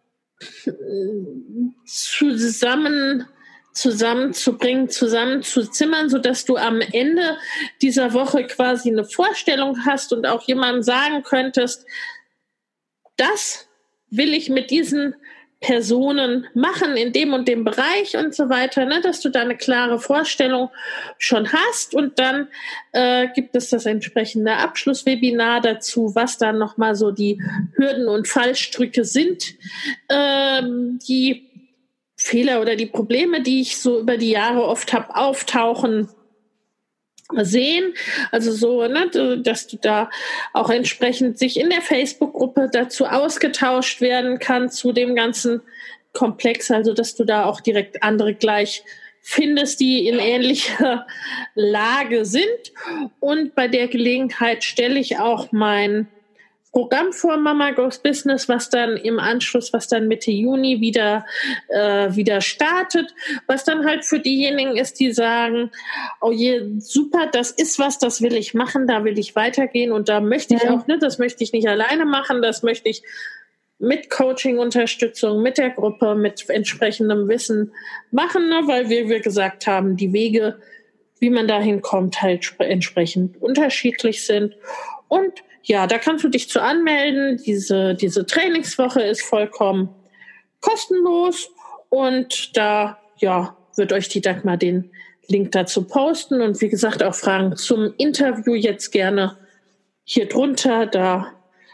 zusammen zusammenzubringen, zusammenzuzimmern, sodass du am Ende dieser Woche quasi eine Vorstellung hast und auch jemandem sagen könntest, das will ich mit diesen Personen machen in dem und dem Bereich und so weiter, ne, dass du da eine klare Vorstellung schon hast und dann äh, gibt es das entsprechende Abschlusswebinar dazu, was dann nochmal so die Hürden und Fallstricke sind, ähm, die Fehler oder die Probleme, die ich so über die Jahre oft habe auftauchen sehen. Also so, ne, dass du da auch entsprechend sich in der Facebook-Gruppe dazu ausgetauscht werden kann zu dem ganzen Komplex. Also dass du da auch direkt andere gleich findest, die in ähnlicher Lage sind. Und bei der Gelegenheit stelle ich auch mein Programm vor Mama Goes Business, was dann im Anschluss, was dann Mitte Juni wieder äh, wieder startet, was dann halt für diejenigen ist, die sagen, oh je, super, das ist was, das will ich machen, da will ich weitergehen und da möchte ich auch, ne, das möchte ich nicht alleine machen, das möchte ich mit Coaching-Unterstützung, mit der Gruppe, mit entsprechendem Wissen machen, ne, weil wir, wir gesagt haben, die Wege, wie man dahin kommt, halt entsprechend unterschiedlich sind. Und ja, da kannst du dich zu anmelden. Diese, diese Trainingswoche ist vollkommen kostenlos und da, ja, wird euch die Dagmar den Link dazu posten und wie gesagt auch Fragen zum Interview jetzt gerne hier drunter. Da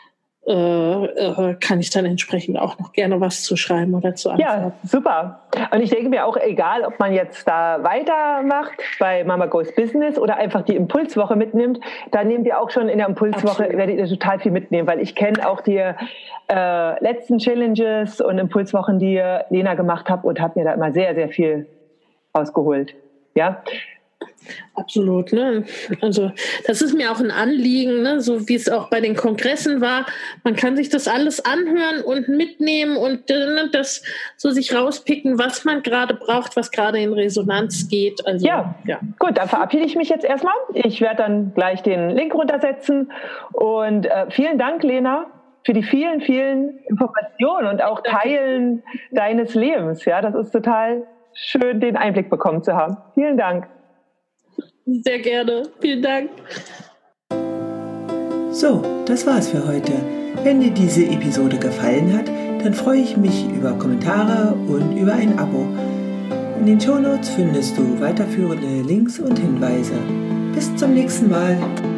äh, äh, kann ich dann entsprechend auch noch gerne was zu schreiben oder zu antworten. Ja, super. Und ich denke mir auch, egal, ob man jetzt da weitermacht bei Mama Goes Business oder einfach die Impulswoche mitnimmt, da nehmt ihr auch schon in der Impulswoche, Absolut. werdet ihr total viel mitnehmen, weil ich kenne auch die äh, letzten Challenges und Impulswochen, die ihr, Lena, gemacht habt und habt mir da immer sehr, sehr viel ausgeholt. Ja. Absolut, ne? Also das ist mir auch ein Anliegen, ne? So wie es auch bei den Kongressen war. Man kann sich das alles anhören und mitnehmen und äh, das so sich rauspicken, was man gerade braucht, was gerade in Resonanz geht. Also, ja. ja, gut, dann verabschiede ich mich jetzt erstmal. Ich werde dann gleich den Link runtersetzen und äh, vielen Dank, Lena, für die vielen, vielen Informationen und auch Teilen deines Lebens. Ja, das ist total schön, den Einblick bekommen zu haben. Vielen Dank. Sehr gerne. Vielen Dank. So, das war's für heute. Wenn dir diese Episode gefallen hat, dann freue ich mich über Kommentare und über ein Abo. In den Shownotes findest du weiterführende Links und Hinweise. Bis zum nächsten Mal.